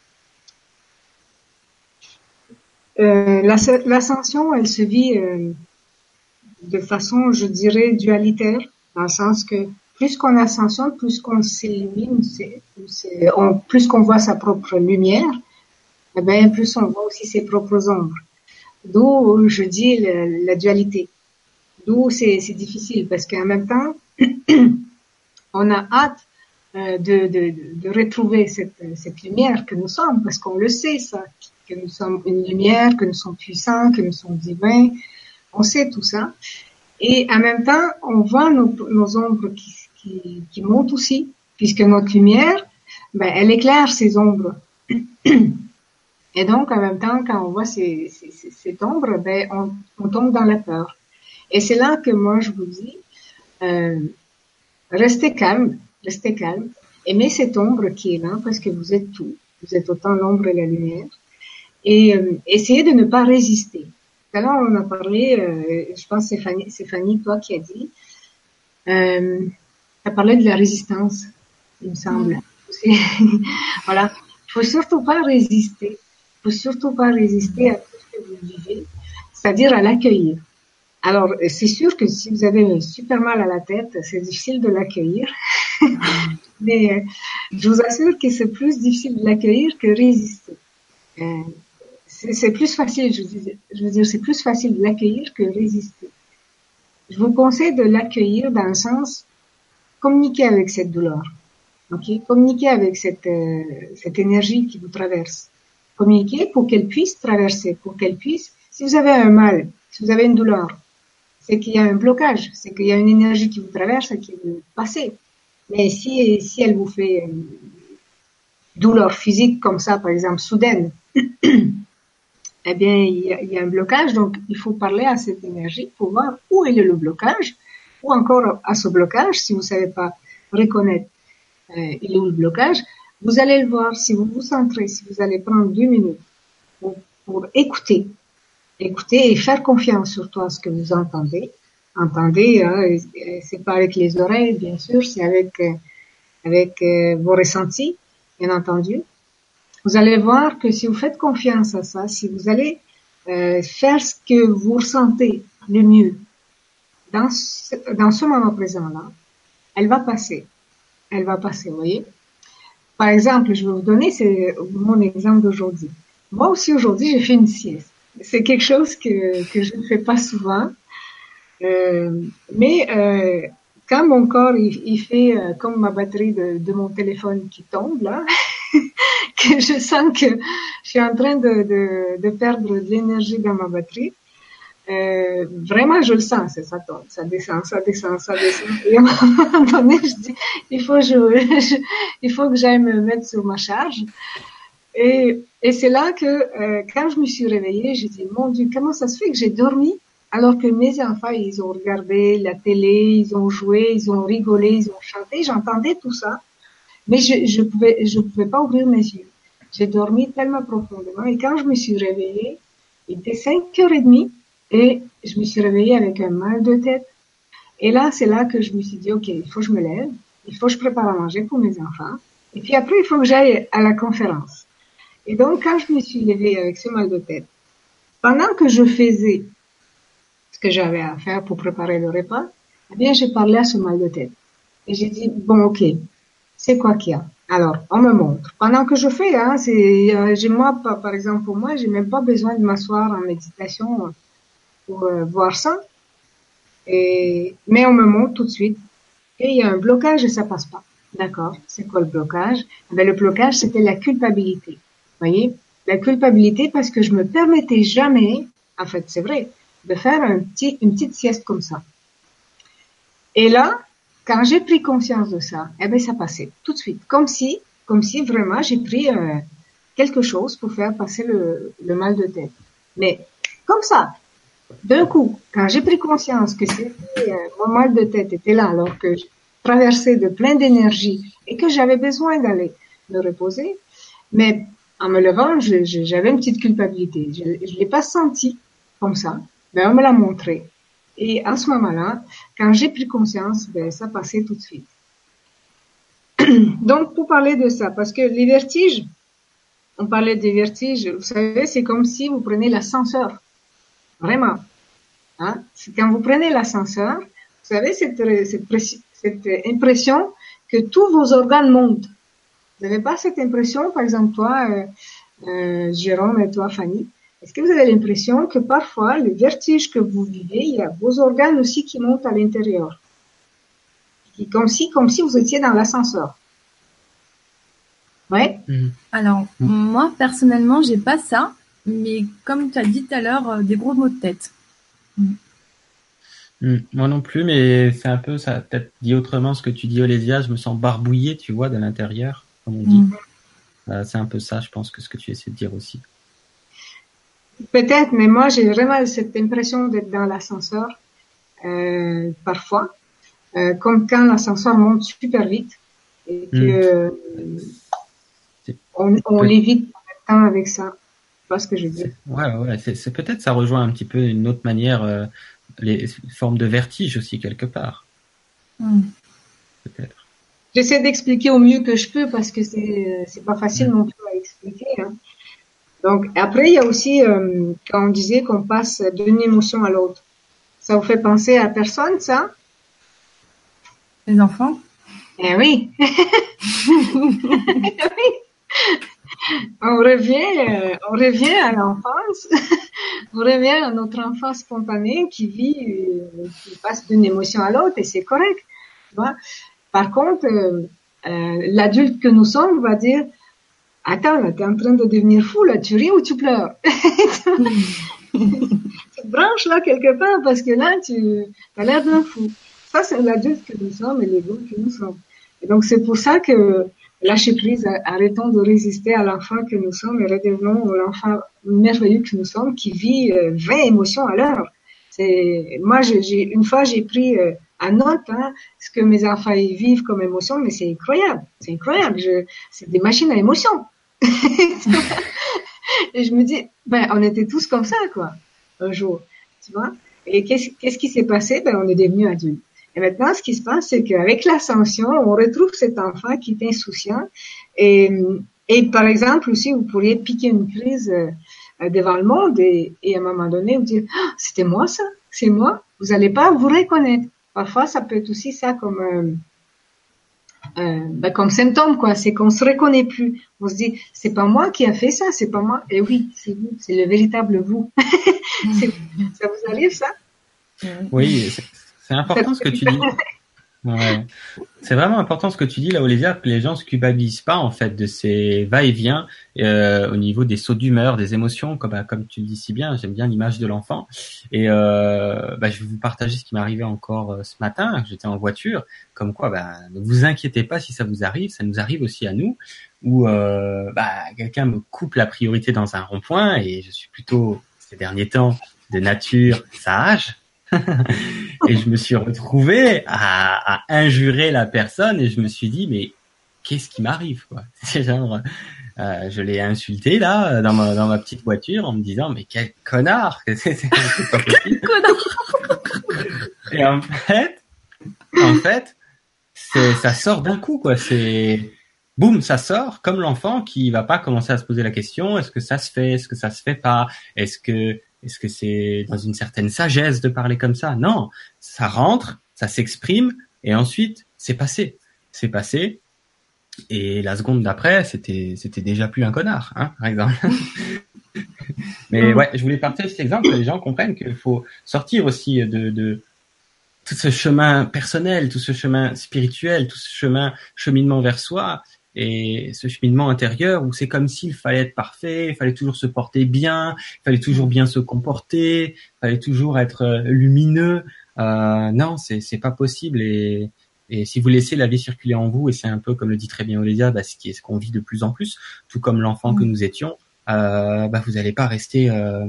euh, l'ascension, elle se vit euh, de façon, je dirais, dualitaire, dans le sens que plus qu'on ascensionne, plus qu'on s'illumine, c'est, c'est, on, plus qu'on voit sa propre lumière, eh ben, plus on voit aussi ses propres ombres. D'où, je dis, le, la dualité. D'où c'est, c'est difficile, parce qu'en même temps, on a hâte euh, de, de, de retrouver cette, cette lumière que nous sommes, parce qu'on le sait, ça, que nous sommes une lumière, que nous sommes puissants, que nous sommes divins. On sait tout ça. Et en même temps, on voit nos, nos ombres qui, qui, qui montent aussi, puisque notre lumière, ben, elle éclaire ces ombres. Et donc, en même temps, quand on voit ces, ces, ces, cette ombre, ben, on, on tombe dans la peur. Et c'est là que moi, je vous dis, euh, restez calme, restez calme. Aimez cette ombre qui est là, parce que vous êtes tout. Vous êtes autant l'ombre et la lumière. Et euh, essayez de ne pas résister. Alors, on a parlé, euh, je pense que c'est Fanny, c'est Fanny, toi, qui a dit, euh, tu as parlé de la résistance, il me semble. Mmh. Voilà. Il faut surtout pas résister. Il faut surtout pas résister à tout ce que vous vivez, c'est-à-dire à l'accueillir. Alors, c'est sûr que si vous avez super mal à la tête, c'est difficile de l'accueillir. Mais euh, je vous assure que c'est plus difficile de l'accueillir que résister. Euh, c'est, c'est plus facile, je veux dire, je veux dire, c'est plus facile de l'accueillir que résister. Je vous conseille de l'accueillir dans le sens communiquer avec cette douleur. Ok, communiquer avec cette euh, cette énergie qui vous traverse. Communiquer pour qu'elle puisse traverser, pour qu'elle puisse. Si vous avez un mal, si vous avez une douleur, c'est qu'il y a un blocage, c'est qu'il y a une énergie qui vous traverse et qui veut passer. Mais si si elle vous fait une douleur physique comme ça, par exemple soudaine, eh bien il y, a, il y a un blocage. Donc il faut parler à cette énergie pour voir où est le blocage, ou encore à ce blocage. Si vous savez pas reconnaître euh, il est où le blocage, vous allez le voir. Si vous vous centrez, si vous allez prendre deux minutes pour, pour écouter, écouter et faire confiance surtout à ce que vous entendez. Entendez, hein, c'est pas avec les oreilles, bien sûr, c'est avec euh, avec euh, vos ressentis, bien entendu. Vous allez voir que si vous faites confiance à ça, si vous allez euh, faire ce que vous ressentez le mieux dans ce, dans ce moment présent-là, elle va passer. Elle va passer, vous voyez. Par exemple, je vais vous donner c'est mon exemple d'aujourd'hui. Moi aussi aujourd'hui, j'ai fait une sieste. C'est quelque chose que que je ne fais pas souvent, euh, mais euh, quand mon corps il, il fait euh, comme ma batterie de, de mon téléphone qui tombe là, que je sens que je suis en train de de, de perdre de l'énergie dans ma batterie. Euh, vraiment, je le sens, ça, ça tombe, ça descend, ça descend, ça descend. Et à un moment donné, je dis, il faut, je, je il faut que j'aille me mettre sur ma charge. Et, et c'est là que, euh, quand je me suis réveillée, j'ai dit, mon Dieu, comment ça se fait que j'ai dormi alors que mes enfants, ils ont regardé la télé, ils ont joué, ils ont rigolé, ils ont chanté, j'entendais tout ça, mais je, je pouvais, je pouvais pas ouvrir mes yeux. J'ai dormi tellement profondément, et quand je me suis réveillée, il était cinq heures trente. Et je me suis réveillée avec un mal de tête. Et là, c'est là que je me suis dit, OK, il faut que je me lève, il faut que je prépare à manger pour mes enfants. Et puis après, il faut que j'aille à la conférence. Et donc, quand je me suis levée avec ce mal de tête, pendant que je faisais ce que j'avais à faire pour préparer le repas, eh bien, j'ai parlé à ce mal de tête. Et j'ai dit, bon, OK, c'est quoi qu'il y a? Alors, on me montre. Pendant que je fais, hein, c'est, euh, j'ai moi, par, par exemple, pour moi, j'ai même pas besoin de m'asseoir en méditation pour euh, voir ça. Et, mais on me montre tout de suite. Et il y a un blocage et ça passe pas. D'accord. C'est quoi le blocage? Eh ben, le blocage, c'était la culpabilité. Vous voyez? La culpabilité parce que je me permettais jamais, en fait, c'est vrai, de faire un petit, une petite sieste comme ça. Et là, quand j'ai pris conscience de ça, eh ben, ça passait tout de suite. Comme si, comme si vraiment j'ai pris euh, quelque chose pour faire passer le, le mal de tête. Mais, comme ça. D'un coup, quand j'ai pris conscience que c'était, euh, mon mal de tête était là alors que je traversais de plein d'énergie et que j'avais besoin d'aller me reposer, mais en me levant, je, je, j'avais une petite culpabilité. Je ne l'ai pas senti comme ça, mais on me l'a montré. Et à ce moment-là, quand j'ai pris conscience, ben, ça passait tout de suite. Donc, pour parler de ça, parce que les vertiges, on parlait des vertiges, vous savez, c'est comme si vous prenez l'ascenseur. Vraiment. Hein? C'est quand vous prenez l'ascenseur, vous savez, cette, cette, cette impression que tous vos organes montent. Vous n'avez pas cette impression, par exemple, toi, euh, euh, Jérôme, et toi, Fanny, est-ce que vous avez l'impression que parfois, le vertige que vous vivez, il y a vos organes aussi qui montent à l'intérieur? Comme si, comme si vous étiez dans l'ascenseur. Ouais? Mmh. Alors, mmh. moi, personnellement, j'ai pas ça. Mais comme tu as dit tout à l'heure, euh, des gros maux de tête. Mmh. Mmh. Moi non plus, mais c'est un peu, ça peut-être dit autrement ce que tu dis, Olésia, je me sens barbouillé, tu vois, de l'intérieur, comme on dit. Mmh. Euh, c'est un peu ça, je pense, que ce que tu essaies de dire aussi. Peut-être, mais moi, j'ai vraiment cette impression d'être dans l'ascenseur, euh, parfois, euh, comme quand l'ascenseur monte super vite et que mmh. on, on l'évite en même temps avec ça. Ce que je dis. Ouais, ouais, c'est, c'est peut-être ça rejoint un petit peu une autre manière, euh, les formes de vertige aussi quelque part. Mm. Peut-être. J'essaie d'expliquer au mieux que je peux parce que c'est c'est pas facile mm. non plus à expliquer. Hein. Donc après il y a aussi euh, quand on disait qu'on passe d'une émotion à l'autre, ça vous fait penser à personne ça? Les enfants? Eh oui. Oui. On revient, euh, on revient à l'enfance, on revient à notre enfance spontanée qui vit, euh, qui passe d'une émotion à l'autre et c'est correct, tu vois. Par contre, euh, euh, l'adulte que nous sommes va dire, attends, là, t'es en train de devenir fou, là, tu ris ou tu pleures? Tu te branches là quelque part parce que là, tu as l'air d'un fou. Ça, c'est l'adulte que nous sommes et l'ego que nous sommes. Et donc, c'est pour ça que lâcher prise, arrêtons de résister à l'enfant que nous sommes et redevenons l'enfant merveilleux que nous sommes qui vit euh, vingt émotions à l'heure. C'est, moi, j'ai, une fois, j'ai pris euh, à note hein, ce que mes enfants y vivent comme émotion, mais c'est incroyable. C'est incroyable. Je, c'est des machines à émotions. Et je me dis, ben, on était tous comme ça, quoi, un jour, tu vois. Et qu'est-ce, qu'est-ce qui s'est passé? Ben, on est devenus adultes. Et maintenant, ce qui se passe, c'est qu'avec l'ascension, on retrouve cet enfant qui est insouciant. Et, et par exemple, aussi, vous pourriez piquer une crise euh, devant le monde et, et à un moment donné, vous dire, ah, c'était moi ça, c'est moi. Vous n'allez pas vous reconnaître. Parfois, ça peut être aussi ça comme euh, euh, ben, comme symptôme, quoi. C'est qu'on se reconnaît plus. On se dit, c'est pas moi qui a fait ça, c'est pas moi. Et oui, c'est vous, c'est le véritable vous. c'est, ça vous arrive ça? Oui, c'est, c'est important ce que tu dis. Ouais. C'est vraiment important ce que tu dis là, Olivia, que les gens se culpabilisent pas en fait de ces va-et-vient euh, au niveau des sauts d'humeur, des émotions, comme bah, comme tu le dis si bien. J'aime bien l'image de l'enfant. Et euh, bah, je vais vous partager ce qui m'est arrivé encore euh, ce matin. J'étais en voiture, comme quoi, bah, ne vous inquiétez pas si ça vous arrive, ça nous arrive aussi à nous. Où euh, bah, quelqu'un me coupe la priorité dans un rond-point et je suis plutôt ces derniers temps de nature sage. Et je me suis retrouvé à, à injurer la personne et je me suis dit mais qu'est-ce qui m'arrive quoi. C'est genre euh, je l'ai insulté là dans ma dans ma petite voiture en me disant mais quel connard. c'est, c'est, c'est pas possible. Et en fait en fait c'est ça sort d'un coup quoi. C'est boum, ça sort comme l'enfant qui va pas commencer à se poser la question est-ce que ça se fait, est-ce que ça se fait pas, est-ce que Est-ce que c'est dans une certaine sagesse de parler comme ça? Non, ça rentre, ça s'exprime, et ensuite, c'est passé. C'est passé, et la seconde d'après, c'était c'était déjà plus un connard, hein, par exemple. Mais ouais, je voulais partager cet exemple, que les gens comprennent qu'il faut sortir aussi de, de tout ce chemin personnel, tout ce chemin spirituel, tout ce chemin cheminement vers soi, et ce cheminement intérieur où c'est comme s'il fallait être parfait, il fallait toujours se porter bien, il fallait toujours bien se comporter, il fallait toujours être lumineux. Euh, non, c'est c'est pas possible. Et, et si vous laissez la vie circuler en vous, et c'est un peu comme le dit très bien Olésia, bah, ce qui est ce qu'on vit de plus en plus, tout comme l'enfant que nous étions, euh, bah, vous n'allez pas rester euh,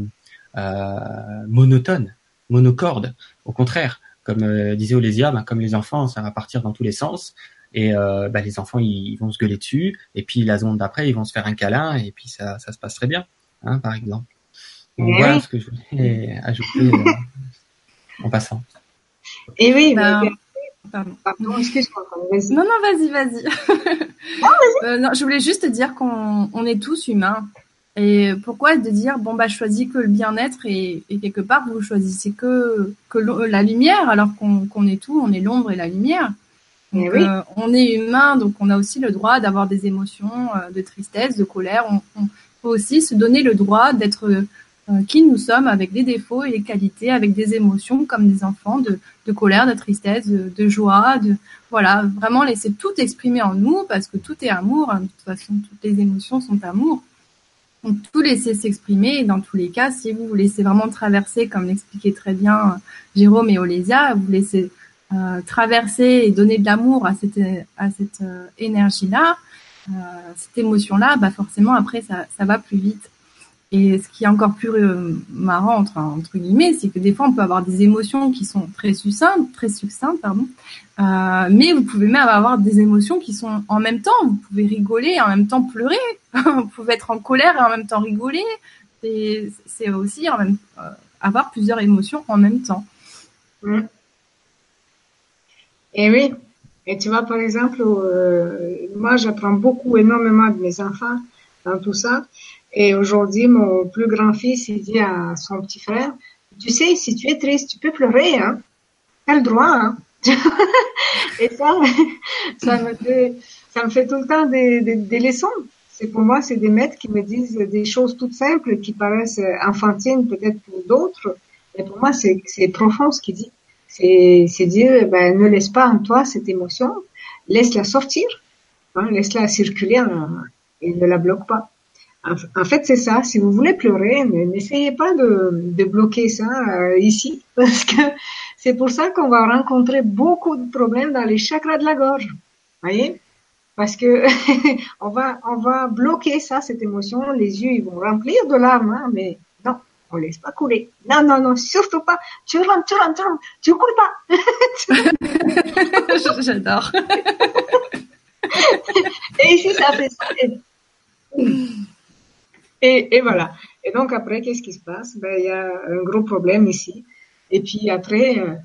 euh, monotone, monocorde. Au contraire, comme euh, disait Olésia, bah, comme les enfants, ça va partir dans tous les sens. Et euh, bah, les enfants ils, ils vont se gueuler dessus et puis la seconde d'après ils vont se faire un câlin et puis ça ça se passe très bien, hein, par exemple. Donc et voilà oui. Ce que je voulais ajouter euh, en passant. Et oui, ben, mais... pardon. Pardon, excuse-moi. Vas-y. Non non vas-y vas-y. Non, vas-y. euh, non, je voulais juste dire qu'on on est tous humains. Et pourquoi de dire bon bah je choisis que le bien-être et, et quelque part vous choisissez que que la lumière alors qu'on qu'on est tout, on est l'ombre et la lumière. Donc, oui. euh, on est humain, donc on a aussi le droit d'avoir des émotions euh, de tristesse, de colère. On, on peut aussi se donner le droit d'être euh, qui nous sommes, avec des défauts et des qualités, avec des émotions comme des enfants, de, de colère, de tristesse, de, de joie, de voilà, vraiment laisser tout exprimer en nous parce que tout est amour. Hein, de toute façon, toutes les émotions sont amour. Donc tout laisser s'exprimer. Et dans tous les cas, si vous vous laissez vraiment traverser, comme l'expliquait très bien euh, Jérôme et Olésia, vous laissez Euh, traverser et donner de l'amour à cette à cette euh, énergie-là, euh, cette émotion-là, bah forcément après ça ça va plus vite. Et ce qui est encore plus euh, marrant entre entre guillemets, c'est que des fois on peut avoir des émotions qui sont très succinctes, très succinctes pardon, euh, mais vous pouvez même avoir des émotions qui sont en même temps. Vous pouvez rigoler et en même temps pleurer. Vous pouvez être en colère et en même temps rigoler. Et c'est aussi en même euh, avoir plusieurs émotions en même temps. Mmh. Et oui, et tu vois, par exemple, euh, moi, j'apprends beaucoup, énormément de mes enfants dans tout ça. Et aujourd'hui, mon plus grand fils, il dit à son petit frère, tu sais, si tu es triste, tu peux pleurer, hein. T'as le droit, hein. Et ça, ça me fait, ça me fait tout le temps des, des, des leçons. C'est pour moi, c'est des maîtres qui me disent des choses toutes simples qui paraissent enfantines peut-être pour d'autres. Et pour moi, c'est, c'est profond ce qu'il dit. C'est, c'est dire, ben, ne laisse pas en toi cette émotion laisse-la sortir, hein, laisse-la circuler hein, et ne la bloque pas. En, en fait, c'est ça. Si vous voulez pleurer, n'essayez pas de, de bloquer ça euh, ici, parce que c'est pour ça qu'on va rencontrer beaucoup de problèmes dans les chakras de la gorge. Voyez? Parce que on va on va bloquer ça, cette émotion. Les yeux ils vont remplir de larmes, hein, mais non, on laisse pas couler. Non, non, non, surtout pas. Tu rentres, tu rentres, tu rentres, tu coules pas. J'adore. Et ici ça fait ça. Et, et voilà. Et donc après, qu'est-ce qui se passe? Ben il y a un gros problème ici. Et puis après, euh,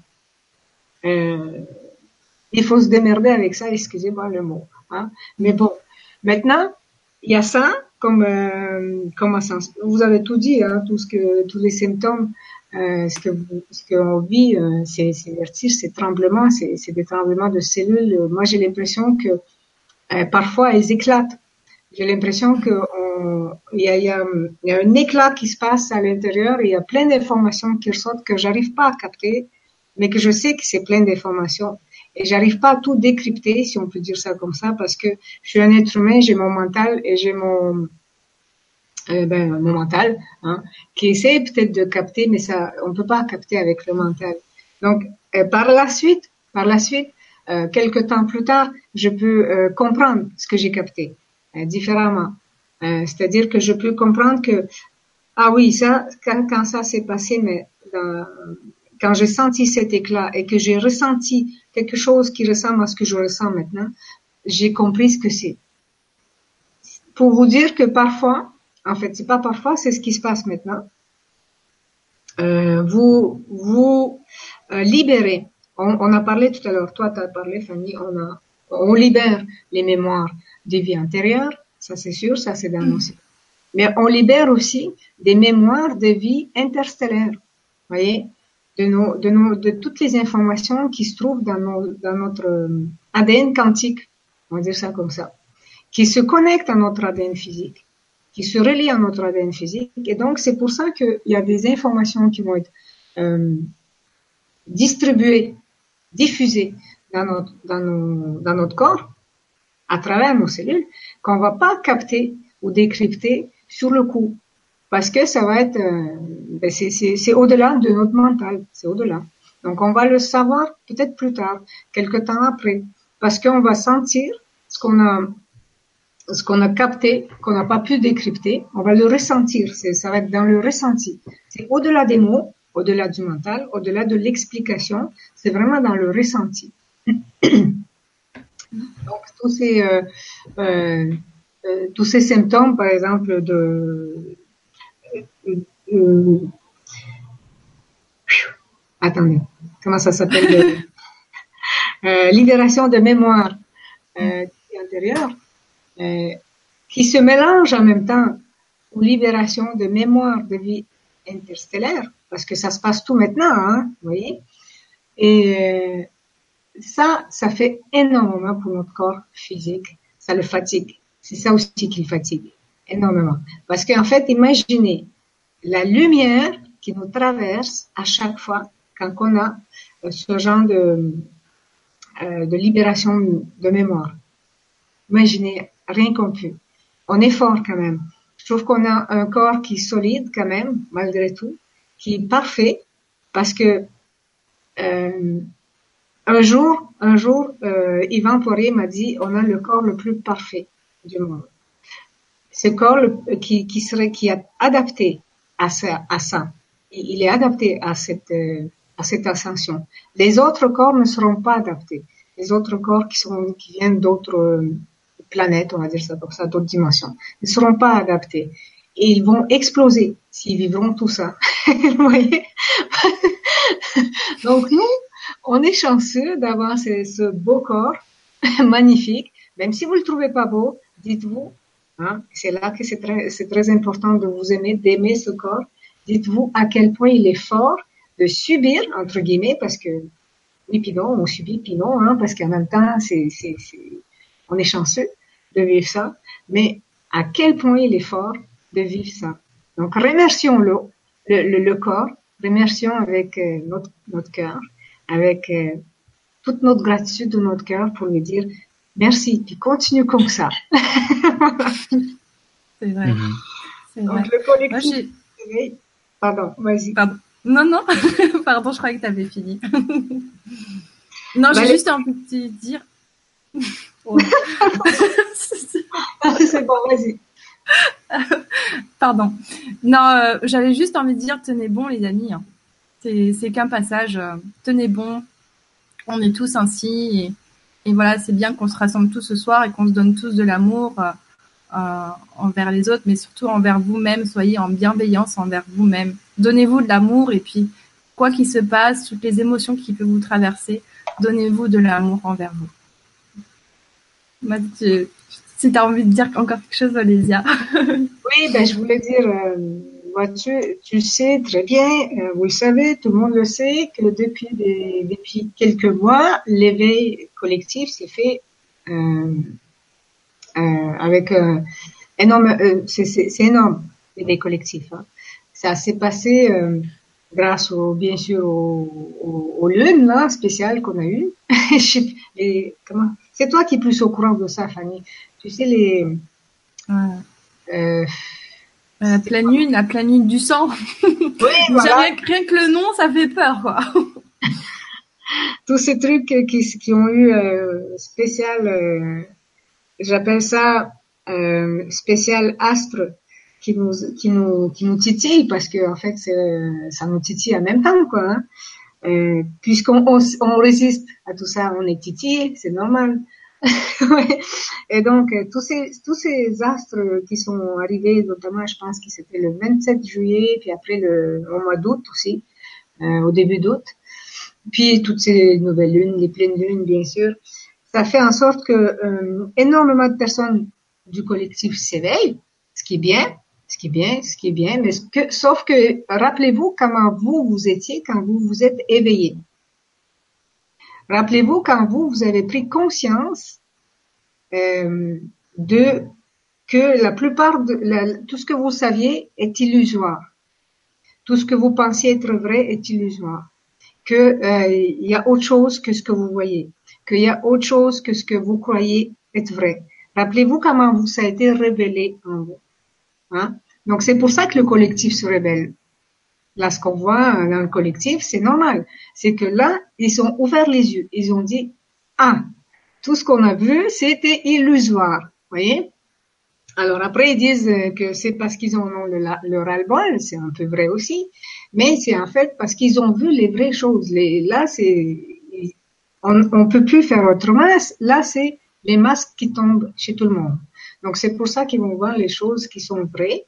euh, il faut se démerder avec ça. Excusez-moi le mot. Hein. Mais bon, maintenant, il y a ça comme euh, comme sens. Vous avez tout dit, hein, tout ce que tous les symptômes, euh, ce que vous, ce qu'on vit, euh, c'est c'est vertige, c'est tremblement, c'est c'est des tremblements de cellules. Moi, j'ai l'impression que euh, parfois elles éclatent. J'ai l'impression que on, il y a il y a il y a un éclat qui se passe à l'intérieur. Et il y a plein d'informations qui ressortent que j'arrive pas à capter, mais que je sais que c'est plein d'informations. Et j'arrive pas à tout décrypter, si on peut dire ça comme ça, parce que je suis un être humain, j'ai mon mental et j'ai mon, euh, ben, mon mental, hein, qui essaie peut-être de capter, mais ça, on peut pas capter avec le mental. Donc, euh, par la suite, par la suite, euh, quelques temps plus tard, je peux euh, comprendre ce que j'ai capté euh, différemment. Euh, c'est-à-dire que je peux comprendre que, ah oui, ça, quand, quand ça s'est passé, mais dans, quand j'ai senti cet éclat et que j'ai ressenti quelque chose qui ressemble à ce que je ressens maintenant, j'ai compris ce que c'est. Pour vous dire que parfois, en fait, c'est pas parfois, c'est ce qui se passe maintenant. Euh, vous vous euh, libérez. On, on a parlé tout à l'heure. Toi, tu as parlé, Fanny. On a, on libère les mémoires des vies antérieures. Ça, c'est sûr. Ça, c'est dans nos. Mais on libère aussi des mémoires de vie interstellaires. Vous voyez? De nos, de nos, de toutes les informations qui se trouvent dans nos, dans notre A D N quantique, on va dire ça comme ça, qui se connectent à notre A D N physique, qui se relient à notre A D N physique. Et donc, c'est pour ça qu'il y a des informations qui vont être euh, distribuées, diffusées dans notre, dans, nos, dans notre corps, à travers nos cellules, qu'on va pas capter ou décrypter sur le coup. Parce que ça va être, euh, ben c'est, c'est, c'est au-delà de notre mental, c'est au-delà. Donc on va le savoir peut-être plus tard, quelque temps après, parce qu'on va sentir ce qu'on a, ce qu'on a capté, qu'on n'a pas pu décrypter, on va le ressentir. C'est, ça va être dans le ressenti. C'est au-delà des mots, au-delà du mental, au-delà de l'explication. C'est vraiment dans le ressenti. Donc tous ces, euh, euh, euh, tous ces symptômes, par exemple de Euh, attendez, comment ça s'appelle euh, libération de mémoire euh, antérieure euh, qui se mélange en même temps aux libérations de mémoire de vie interstellaire, parce que ça se passe tout maintenant, hein, vous voyez. Et euh, ça, ça fait énormément pour notre corps physique, ça le fatigue. C'est ça aussi qui le fatigue énormément, parce qu'en fait, imaginez la lumière qui nous traverse à chaque fois quand on a ce genre de, euh, de libération de mémoire. Imaginez, rien qu'on peut. On est fort quand même. Je trouve qu'on a un corps qui est solide quand même, malgré tout, qui est parfait, parce que euh, un jour, un jour, euh, Yvan Poirier m'a dit, on a le corps le plus parfait du monde. Ce corps le, qui, qui serait, qui est adapté à ça, à ça. Il est adapté à cette, à cette ascension. Les autres corps ne seront pas adaptés. Les autres corps qui sont, qui viennent d'autres planètes, on va dire ça comme ça, d'autres dimensions, ne seront pas adaptés. Et ils vont exploser s'ils vivront tout ça. Vous voyez? Donc nous, on est chanceux d'avoir ce, ce beau corps magnifique. Même si vous le trouvez pas beau, dites-vous, hein, c'est là que c'est très, c'est très important de vous aimer, d'aimer ce corps. Dites-vous à quel point il est fort de subir, entre guillemets, parce que, oui, puis non, on subit, puis non, hein, parce qu'en même temps, c'est, c'est, c'est, on est chanceux de vivre ça, mais à quel point il est fort de vivre ça. Donc, remercions-le, le, le, le corps, remercions avec notre, notre cœur, avec euh, toute notre gratitude de notre cœur pour lui dire Merci, puis continue comme ça. C'est vrai. Mhm. C'est vrai. Donc, le collectif. Moi, j'ai... Pardon, vas-y. Pardon. Non, non, pardon, je croyais que tu avais fini. Non, j'ai Bah, juste envie de te dire. Ouais. C'est bon, vas-y. Pardon. Non, euh, j'avais juste envie de dire, tenez bon, les amis. Hein. C'est, c'est qu'un passage. Euh, tenez bon. On est tous ainsi. Et, et voilà, c'est bien qu'on se rassemble tous ce soir et qu'on se donne tous de l'amour euh, euh, envers les autres, mais surtout envers vous-même. Soyez en bienveillance envers vous-même. Donnez-vous de l'amour et puis, quoi qu'il se passe, toutes les émotions qui peuvent vous traverser, donnez-vous de l'amour envers vous. Moi, tu, si tu as envie de dire encore quelque chose, Olésia. Oui, ben, je voulais dire, euh, vois-tu, tu sais très bien, euh, vous le savez, tout le monde le sait, que depuis des, depuis quelques mois, l'éveil collectif s'est fait euh, euh, avec un énorme, euh, c'est, c'est, c'est énorme, l'éveil collectif. Hein. Ça s'est passé euh, grâce, au, bien sûr, au, au, au lune là, spécial qu'on a eu. les, comment, c'est toi qui es plus au courant de ça, Fanny. Tu sais les Ouais. Euh, La pleine lune, la pleine lune du sang. Oui, Déjà, voilà. rien, rien que le nom, ça fait peur, quoi. Tous ces trucs qui, qui ont eu euh, spécial, euh, j'appelle ça euh, spécial astre, qui nous qui nous qui nous titille parce que en fait c'est, ça nous titille en même temps quoi. Hein. Euh, puisqu'on on, on résiste à tout ça, on est titillé, c'est normal. Ouais. Et donc euh, tous ces tous ces astres qui sont arrivés, notamment je pense que c'était le vingt-sept juillet, puis après le au mois d'août aussi, euh, au début d'août. Puis toutes ces nouvelles lunes, les pleines lunes, bien sûr, ça fait en sorte que euh, énormément de personnes du collectif s'éveillent, ce qui est bien, ce qui est bien, ce qui est bien, mais que, sauf que rappelez-vous comment vous vous étiez quand vous vous êtes éveillé. Rappelez-vous quand vous vous avez pris conscience euh, de que la plupart de la, tout ce que vous saviez est illusoire, tout ce que vous pensiez être vrai est illusoire. Que euh, il y a autre chose que ce que vous voyez, qu'il y a autre chose que ce que vous croyez être vrai. Rappelez-vous comment vous, ça a été révélé en vous. Hein? Donc c'est pour ça que le collectif se révèle. Là, ce qu'on voit dans le collectif, c'est normal. C'est que là, ils ont ouvert les yeux. Ils ont dit, ah, tout ce qu'on a vu, c'était illusoire. Vous voyez? Alors après, ils disent que c'est parce qu'ils en ont le, le ras-le-bol, c'est un peu vrai aussi, mais c'est en fait parce qu'ils ont vu les vraies choses. Les, là, c'est, on, on peut plus faire autrement. Là, c'est les masques qui tombent chez tout le monde. Donc c'est pour ça qu'ils vont voir les choses qui sont vraies,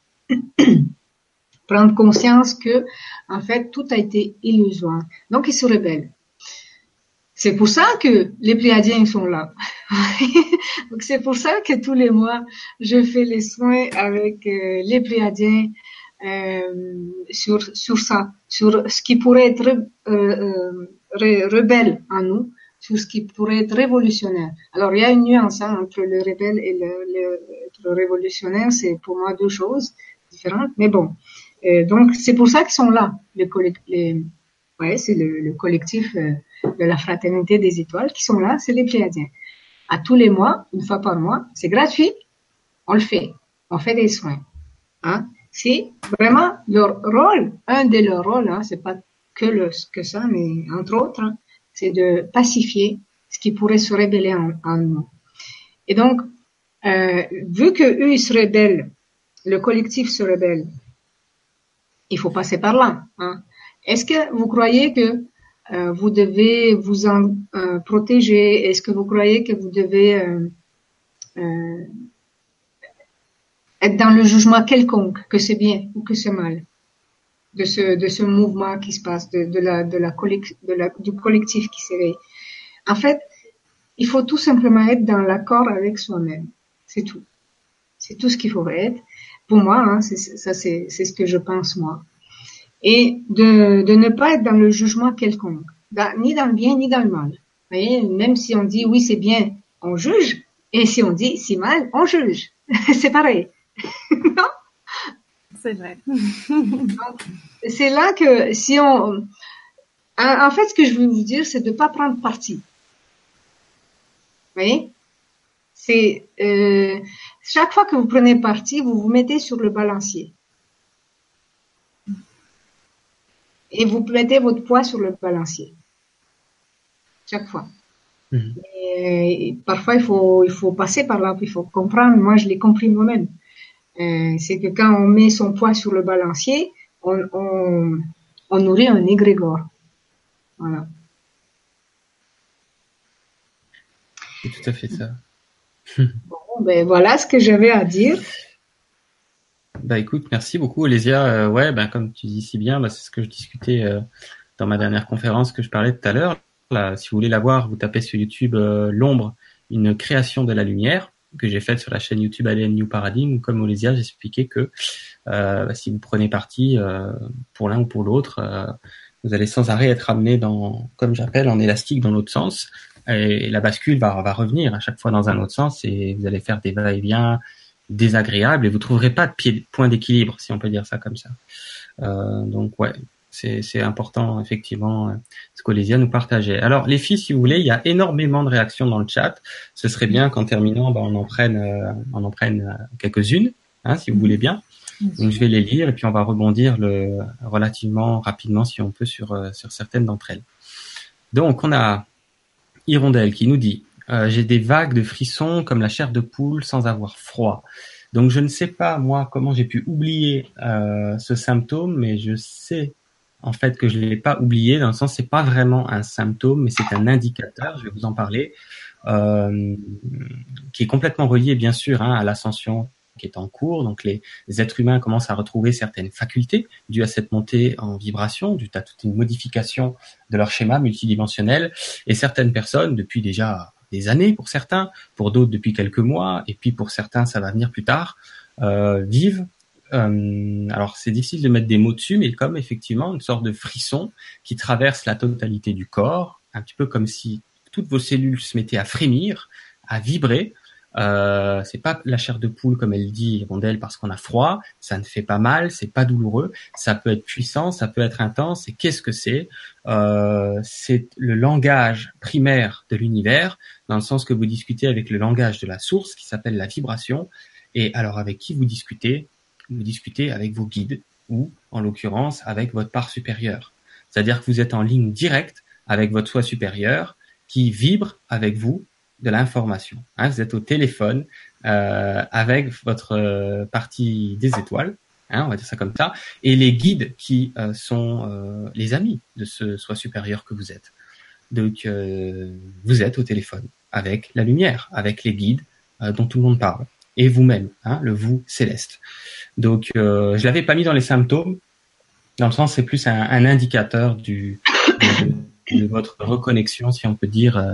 prendre conscience que, en fait, tout a été illusoire. Donc ils se rebellent. C'est pour ça que les Pléiadiens sont là. Donc c'est pour ça que tous les mois, je fais les soins avec euh, les Pléiadiens euh, sur sur ça, sur ce qui pourrait être euh, euh, rebelle en nous, sur ce qui pourrait être révolutionnaire. Alors il y a une nuance hein, entre le rebelle et le, le, le révolutionnaire, c'est pour moi deux choses différentes. Mais bon, euh, donc c'est pour ça qu'ils sont là, les les ouais, c'est le, le collectif euh, de la Fraternité des Étoiles qui sont là, c'est les Pléiadiens. À tous les mois, une fois par mois, c'est gratuit, on le fait, on fait des soins. Hein. C'est vraiment leur rôle, un de leurs rôles, hein, c'est pas que le que ça, mais entre autres, hein, c'est de pacifier ce qui pourrait se révéler en, en nous. Et donc, euh, vu que eux ils se rebellent, le collectif se rebelle, il faut passer par là. Hein. Est-ce que vous croyez que euh, vous devez vous en euh, protéger? Est-ce que vous croyez que vous devez euh, euh, être dans le jugement quelconque, que c'est bien ou que c'est mal, de ce de ce mouvement qui se passe, de, de la de la, collect, de la du collectif qui s'éveille? En fait, il faut tout simplement être dans l'accord avec soi-même. C'est tout. C'est tout ce qu'il faudrait être. Pour moi, hein, c'est, ça c'est c'est ce que je pense moi. Et de, de ne pas être dans le jugement quelconque, dans, ni dans le bien ni dans le mal. Vous voyez, même si on dit oui c'est bien, on juge, et si on dit c'est mal, on juge. C'est pareil. Non? C'est vrai. Donc, c'est là que si on, en fait, ce que je veux vous dire, c'est de ne pas prendre parti. Vous voyez? c'est euh, chaque fois que vous prenez parti, vous vous mettez sur le balancier. Et vous mettez votre poids sur le balancier. Chaque fois. Mmh. Et, et parfois, il faut, il faut passer par là, il faut comprendre. Moi, je l'ai compris moi-même. Euh, c'est que quand on met son poids sur le balancier, on, on, on nourrit un égrégore. Voilà. C'est tout à fait ça. Bon, ben voilà ce que j'avais à dire. Bah écoute, merci beaucoup Olésia. Euh, ouais, ben comme tu dis si bien, bah, c'est ce que je discutais euh, dans ma dernière conférence que je parlais tout à l'heure. Là, si vous voulez la voir, vous tapez sur YouTube euh, l'ombre, une création de la lumière que j'ai faite sur la chaîne YouTube A D N New Paradigm. Comme Olésia, j'expliquais que euh, bah, si vous prenez parti euh, pour l'un ou pour l'autre, euh, vous allez sans arrêt être amené dans, comme j'appelle, en élastique dans l'autre sens. Et, et la bascule va, va revenir à chaque fois dans un autre sens et vous allez faire des va-et-vient désagréables et vous trouverez pas de pied, point d'équilibre, si on peut dire ça comme ça. Euh, donc ouais, c'est, c'est important effectivement ce qu'Olésia nous partageait. Alors les filles, si vous voulez, il y a énormément de réactions dans le chat. Ce serait bien qu'en terminant, ben, on en prenne, euh, on en prenne quelques-unes, hein, si vous voulez bien. Donc je vais les lire et puis on va rebondir le, relativement rapidement, si on peut, sur euh, sur certaines d'entre elles. Donc on a Hirondelle qui nous dit euh, j'ai des vagues de frissons comme la chair de poule sans avoir froid. Donc je ne sais pas moi comment j'ai pu oublier euh, ce symptôme, mais je sais en fait que je l'ai pas oublié, dans le sens c'est pas vraiment un symptôme, mais c'est un indicateur. Je vais vous en parler, euh, qui est complètement relié bien sûr hein, à l'ascension qui est en cours. Donc les, les êtres humains commencent à retrouver certaines facultés dues à cette montée en vibration, due à toute une modification de leur schéma multidimensionnel. Et certaines personnes, depuis déjà des années pour certains, pour d'autres depuis quelques mois, et puis pour certains ça va venir plus tard, euh, vivent. Euh, alors c'est difficile de mettre des mots dessus, mais comme effectivement une sorte de frisson qui traverse la totalité du corps, un petit peu comme si toutes vos cellules se mettaient à frémir, à vibrer. Euh, c'est pas la chair de poule comme elle dit Hirondelle parce qu'on a froid, ça ne fait pas mal, c'est pas douloureux, ça peut être puissant, ça peut être intense. Et qu'est-ce que c'est euh, C'est le langage primaire de l'univers, dans le sens que vous discutez avec le langage de la source qui s'appelle la vibration. Et alors avec qui vous discutez Vous discutez avec vos guides ou en l'occurrence avec votre part supérieure. C'est-à-dire que vous êtes en ligne directe avec votre soi supérieur qui vibre avec vous de l'information. Hein, vous êtes au téléphone euh, avec votre euh, partie des étoiles, hein, on va dire ça comme ça, et les guides qui euh, sont euh, les amis de ce soi supérieur que vous êtes. Donc, euh, vous êtes au téléphone avec la lumière, avec les guides euh, dont tout le monde parle, et vous-même, hein, le vous céleste. Donc, euh, je l'avais pas mis dans les symptômes, dans le sens c'est plus un, un indicateur du de, de votre reconnexion, si on peut dire. Euh,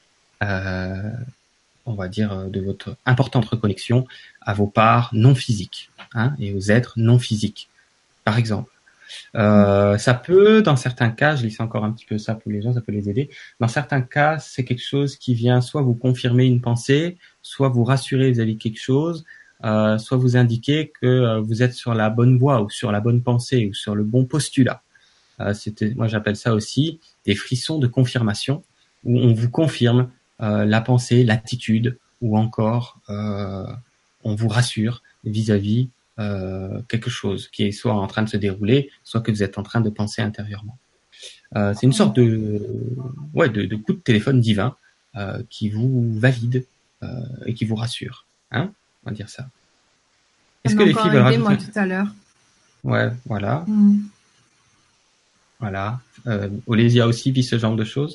Euh, on va dire de votre importante reconnexion à vos parts non physiques hein, et aux êtres non physiques, par exemple. Euh, ça peut, dans certains cas, je lis encore un petit peu ça pour les gens, ça peut les aider. Dans certains cas, c'est quelque chose qui vient soit vous confirmer une pensée, soit vous rassurer vis-à-vis de quelque chose, euh, soit vous indiquer que euh, vous êtes sur la bonne voie ou sur la bonne pensée ou sur le bon postulat. Euh, c'était, moi, j'appelle ça aussi des frissons de confirmation où on vous confirme Euh, la pensée, l'attitude, ou encore euh, on vous rassure vis-à-vis euh, quelque chose qui est soit en train de se dérouler, soit que vous êtes en train de penser intérieurement. Euh, c'est une sorte de, ouais, de, de coup de téléphone divin euh, qui vous valide euh, et qui vous rassure. Hein, on va dire ça. Est-ce que les filles veulent rajouter moi tout à l'heure. Ouais, voilà, mm. voilà. Euh, Olésia aussi vit ce genre de choses.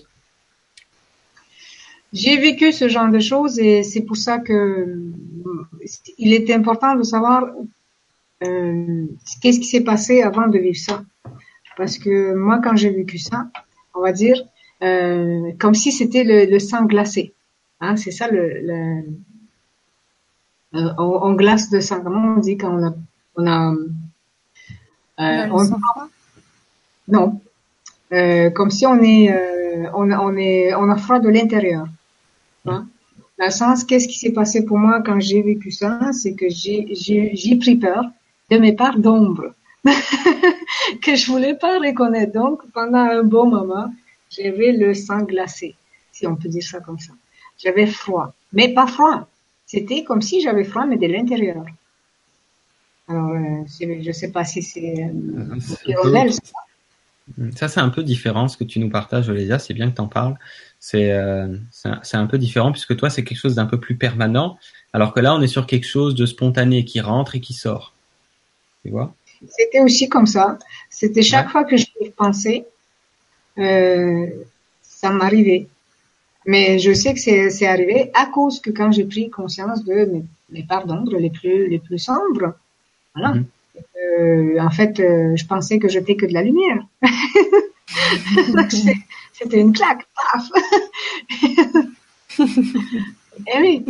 J'ai vécu ce genre de choses et c'est pour ça que il était important de savoir euh, qu'est-ce qui s'est passé avant de vivre ça. Parce que moi, quand j'ai vécu ça, on va dire, euh, comme si c'était le, le sang glacé. Hein, c'est ça le, le euh, on, on glace de sang. Comment on dit quand on a, on a, euh, on, non, euh, comme si on est, euh, on, on est, on a froid de l'intérieur. Hein? Dans le sens, qu'est-ce qui s'est passé pour moi quand j'ai vécu ça, c'est que j'ai, j'ai, j'ai pris peur de mes parts d'ombre que je voulais pas reconnaître. Donc, pendant un bon moment, j'avais le sang glacé, si on peut dire ça comme ça. J'avais froid, mais pas froid. c'était comme si j'avais froid, mais de l'intérieur. Alors, euh, c'est- je sais pas si c'est euh, Euh, c'est un peu- hirondelle, ça. Ça, c'est un peu différent, ce que tu nous partages, Olésia, c'est bien que tu en parles. C'est euh, c'est un, c'est un peu différent, puisque toi, c'est quelque chose d'un peu plus permanent, alors que là, on est sur quelque chose de spontané, qui rentre et qui sort. Tu vois? C'était aussi comme ça. C'était Ouais. chaque fois que j'y pensais, euh, ça m'arrivait. Mais je sais que c'est c'est arrivé à cause que quand j'ai pris conscience de mes, mes parts d'ombre les plus les plus sombres, voilà. Mhm. Euh, en fait, euh, je pensais que j'étais que de la lumière. Donc, c'est- c'était une claque, paf. Eh oui.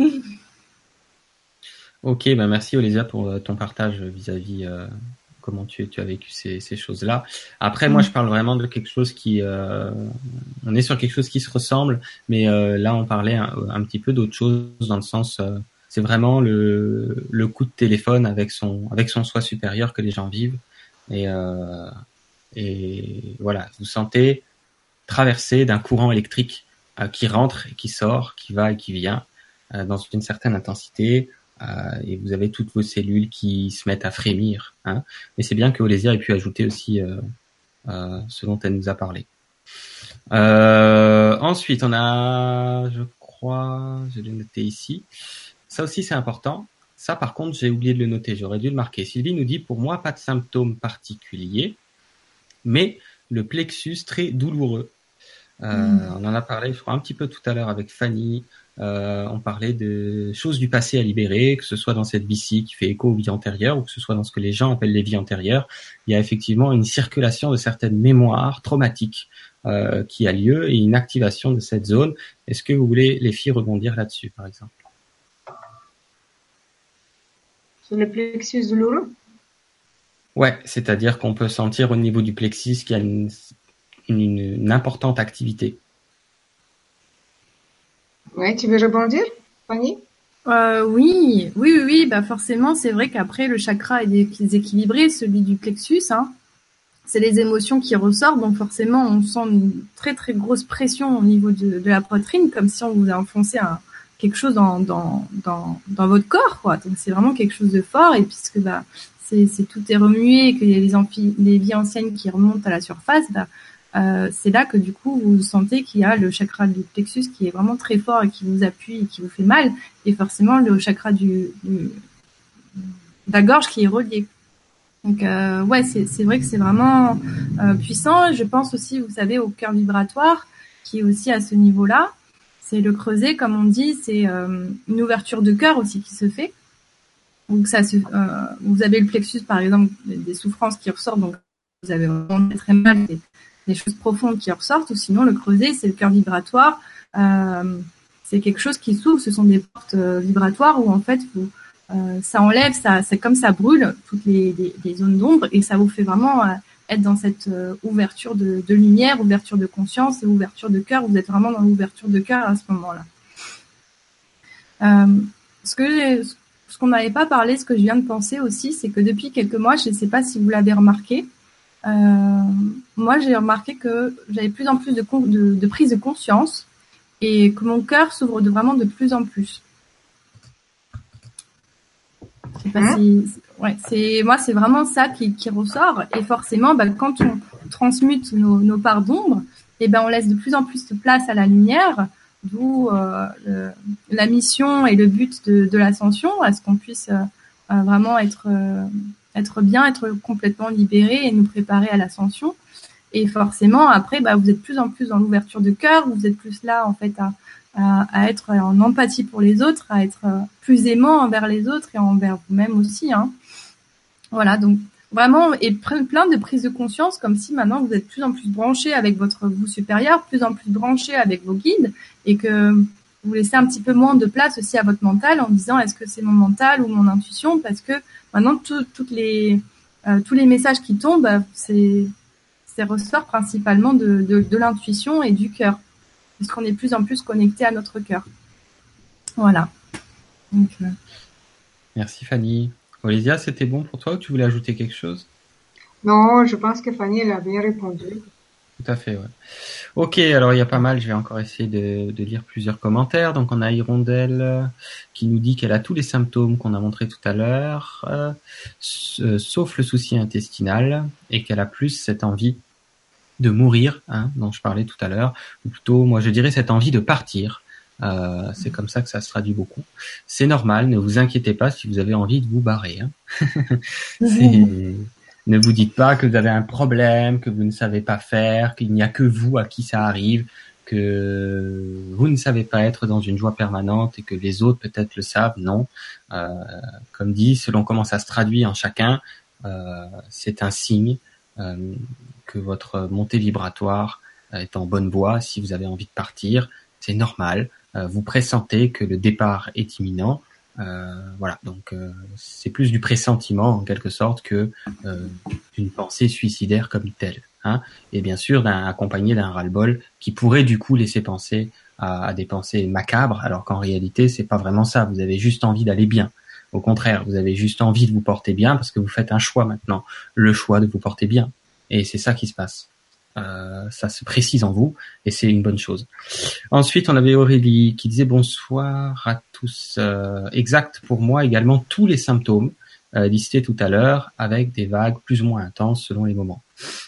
Ok, ben merci Olésia pour euh, ton partage vis-à-vis euh, comment tu, tu as vécu ces, ces choses-là. Après, moi, je parle vraiment de quelque chose qui, euh, on est sur quelque chose qui se ressemble, mais euh, là, on parlait un, un petit peu d'autre chose dans le sens, euh, c'est vraiment le, le coup de téléphone avec son, avec son soi supérieur que les gens vivent, et, euh, et voilà, vous sentez traversé d'un courant électrique euh, qui rentre et qui sort, qui va et qui vient euh, dans une certaine intensité. Euh, et vous avez toutes vos cellules qui se mettent à frémir. Hein. Mais c'est bien que Olésia ait pu ajouter aussi euh, euh, ce dont elle nous a parlé. Euh, ensuite, on a, je crois, je l'ai noté ici. Ça aussi, c'est important. Ça, par contre, j'ai oublié de le noter. J'aurais dû le marquer. Sylvie nous dit, pour moi, pas de symptômes particuliers, mais le plexus très douloureux. Euh, on en a parlé, je crois, un petit peu tout à l'heure avec Fanny. Euh, on parlait de choses du passé à libérer, que ce soit dans cette vie-ci qui fait écho aux vies antérieures, ou que ce soit dans ce que les gens appellent les vies antérieures. Il y a effectivement une circulation de certaines mémoires traumatiques euh, qui a lieu et une activation de cette zone. Est-ce que vous voulez, les filles, rebondir là-dessus, par exemple? Sur le plexus douloureux. Ouais, c'est-à-dire qu'on peut sentir au niveau du plexus qu'il y a une, une, une importante activité. Ouais, tu veux rebondir, Fanny? Euh, oui, oui, oui, oui, bah forcément, c'est vrai qu'après le chakra est déséquilibré, celui du plexus, hein. C'est les émotions qui ressortent, donc forcément, on sent une très très grosse pression au niveau de, de la poitrine, comme si on vous a enfoncé un, quelque chose dans, dans, dans, dans votre corps, quoi. Donc c'est vraiment quelque chose de fort, et puisque bah c'est, c'est tout est remué, qu'il y a les, amphi, les vies anciennes qui remontent à la surface, bah euh, c'est là que du coup vous sentez qu'il y a le chakra du plexus qui est vraiment très fort et qui vous appuie et qui vous fait mal, et forcément le chakra du, du de la gorge qui est relié. Donc euh, ouais, c'est, c'est vrai que c'est vraiment euh, puissant. Je pense aussi, vous savez, au cœur vibratoire, qui est aussi à ce niveau-là. C'est le creuset, comme on dit, c'est euh, une ouverture de cœur aussi qui se fait. Donc ça, se, euh, vous avez le plexus, par exemple, des souffrances qui ressortent, donc vous avez vraiment très mal, des, des choses profondes qui ressortent. Ou sinon, le creuset, c'est le cœur vibratoire. Euh, c'est quelque chose qui s'ouvre. Ce sont des portes euh, vibratoires où en fait vous euh, ça enlève, ça, c'est comme ça brûle toutes les, les, les zones d'ombre et ça vous fait vraiment euh, être dans cette euh, ouverture de, de lumière, ouverture de conscience et ouverture de cœur. Vous êtes vraiment dans l'ouverture de cœur à ce moment-là. Euh, ce que ce qu'on n'avait pas parlé, ce que je viens de penser aussi, c'est que depuis quelques mois, je ne sais pas si vous l'avez remarqué, euh, moi j'ai remarqué que j'avais de plus en plus de, de, de prise de conscience et que mon cœur s'ouvre de, vraiment de plus en plus. Je sais pas Hein? si, ouais, c'est moi, c'est vraiment ça qui, qui ressort. Et forcément, bah, quand on transmute nos, nos parts d'ombre, et ben on laisse de plus en plus de place à la lumière, d'où euh, le, la mission et le but de, de l'ascension, à ce qu'on puisse euh, vraiment être euh, être bien, être complètement libéré et nous préparer à l'ascension. Et forcément, après, bah, vous êtes de plus en plus dans l'ouverture de cœur, vous êtes plus là en fait à à, à être en empathie pour les autres, à être plus aimant envers les autres et envers vous-même aussi. Hein. Voilà, donc vraiment, et plein de prises de conscience, comme si maintenant vous êtes de plus en plus branché avec votre vous supérieur, plus en plus branché avec vos guides, et que vous laissez un petit peu moins de place aussi à votre mental en disant est-ce que c'est mon mental ou mon intuition, parce que maintenant tout, toutes les euh, tous les messages qui tombent, c'est c'est ressort principalement de, de, de l'intuition et du cœur, puisqu'on est de plus en plus connecté à notre cœur. Voilà. Donc, euh... Merci Fanny. Olésia, c'était bon pour toi ou tu voulais ajouter quelque chose? Non, je pense que Fanny, elle a bien répondu. Tout à fait, ouais. Ok, alors il y a pas mal, je vais encore essayer de, de lire plusieurs commentaires. Donc on a Hirondelle qui nous dit qu'elle a tous les symptômes qu'on a montrés tout à l'heure, euh, sauf le souci intestinal, et qu'elle a plus cette envie de mourir, hein, dont je parlais tout à l'heure, ou plutôt, moi je dirais cette envie de partir. Euh, c'est comme ça que ça se traduit beaucoup. C'est normal, ne vous inquiétez pas si vous avez envie de vous barrer. Hein. c'est... Ne vous dites pas que vous avez un problème, que vous ne savez pas faire, qu'il n'y a que vous à qui ça arrive, que vous ne savez pas être dans une joie permanente et que les autres peut-être le savent. Non. Euh, comme dit, selon comment ça se traduit en chacun, euh, c'est un signe euh, que votre montée vibratoire est en bonne voie. Si vous avez envie de partir, c'est normal. Euh, vous pressentez que le départ est imminent. Euh, voilà, donc euh, c'est plus du pressentiment en quelque sorte que euh, d'une pensée suicidaire comme telle, hein, et bien sûr d'un, accompagné d'un ras-le-bol qui pourrait du coup laisser penser à, à des pensées macabres, alors qu'en réalité c'est pas vraiment ça. Vous avez juste envie d'aller bien. Au contraire, vous avez juste envie de vous porter bien parce que vous faites un choix maintenant, le choix de vous porter bien, et c'est ça qui se passe. Euh, ça se précise en vous et c'est une bonne chose. Ensuite, on avait Aurélie qui disait bonsoir à tous. Euh, exact pour moi également tous les symptômes euh, listés tout à l'heure avec des vagues plus ou moins intenses selon les moments.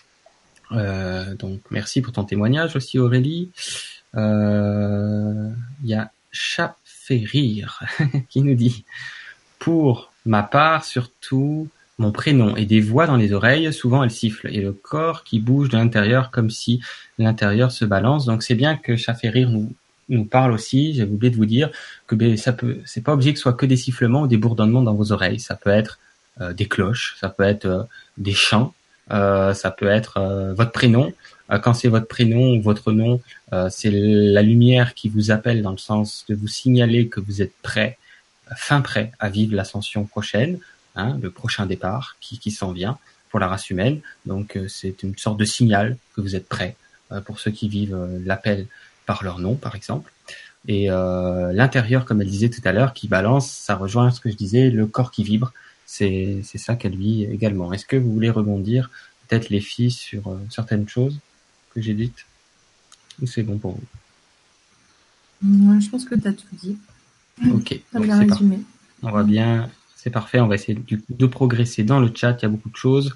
Euh, donc merci pour ton témoignage aussi Aurélie. Il euh, y a Chat fait rire qui nous dit pour ma part surtout mon prénom et des voix dans les oreilles, souvent elles sifflent, et le corps qui bouge de l'intérieur comme si l'intérieur se balance. Donc c'est bien que Ça fait rire nous nous parle aussi. J'ai oublié de vous dire que ben, ça peut, c'est pas obligé que ce soit que des sifflements ou des bourdonnements dans vos oreilles. Ça peut être euh, des cloches, ça peut être euh, des chants, euh, ça peut être euh, votre prénom. Euh, quand c'est votre prénom ou votre nom, euh, c'est la lumière qui vous appelle dans le sens de vous signaler que vous êtes prêt, fin prêt à vivre l'ascension prochaine. Hein, le prochain départ qui, qui s'en vient pour la race humaine. Donc euh, c'est une sorte de signal que vous êtes prêts euh, pour ceux qui vivent euh, l'appel par leur nom, par exemple. Et euh, l'intérieur, comme elle disait tout à l'heure, qui balance, ça rejoint ce que je disais, le corps qui vibre. C'est, c'est ça qu'elle vit également. Est-ce que vous voulez rebondir, peut-être les filles, sur euh, certaines choses que j'ai dites, ou c'est bon pour vous? Ouais, je pense que tu as tout dit. Ok, donc c'est résumé. On va bien... C'est parfait, on va essayer de, de progresser dans le chat, il y a beaucoup de choses.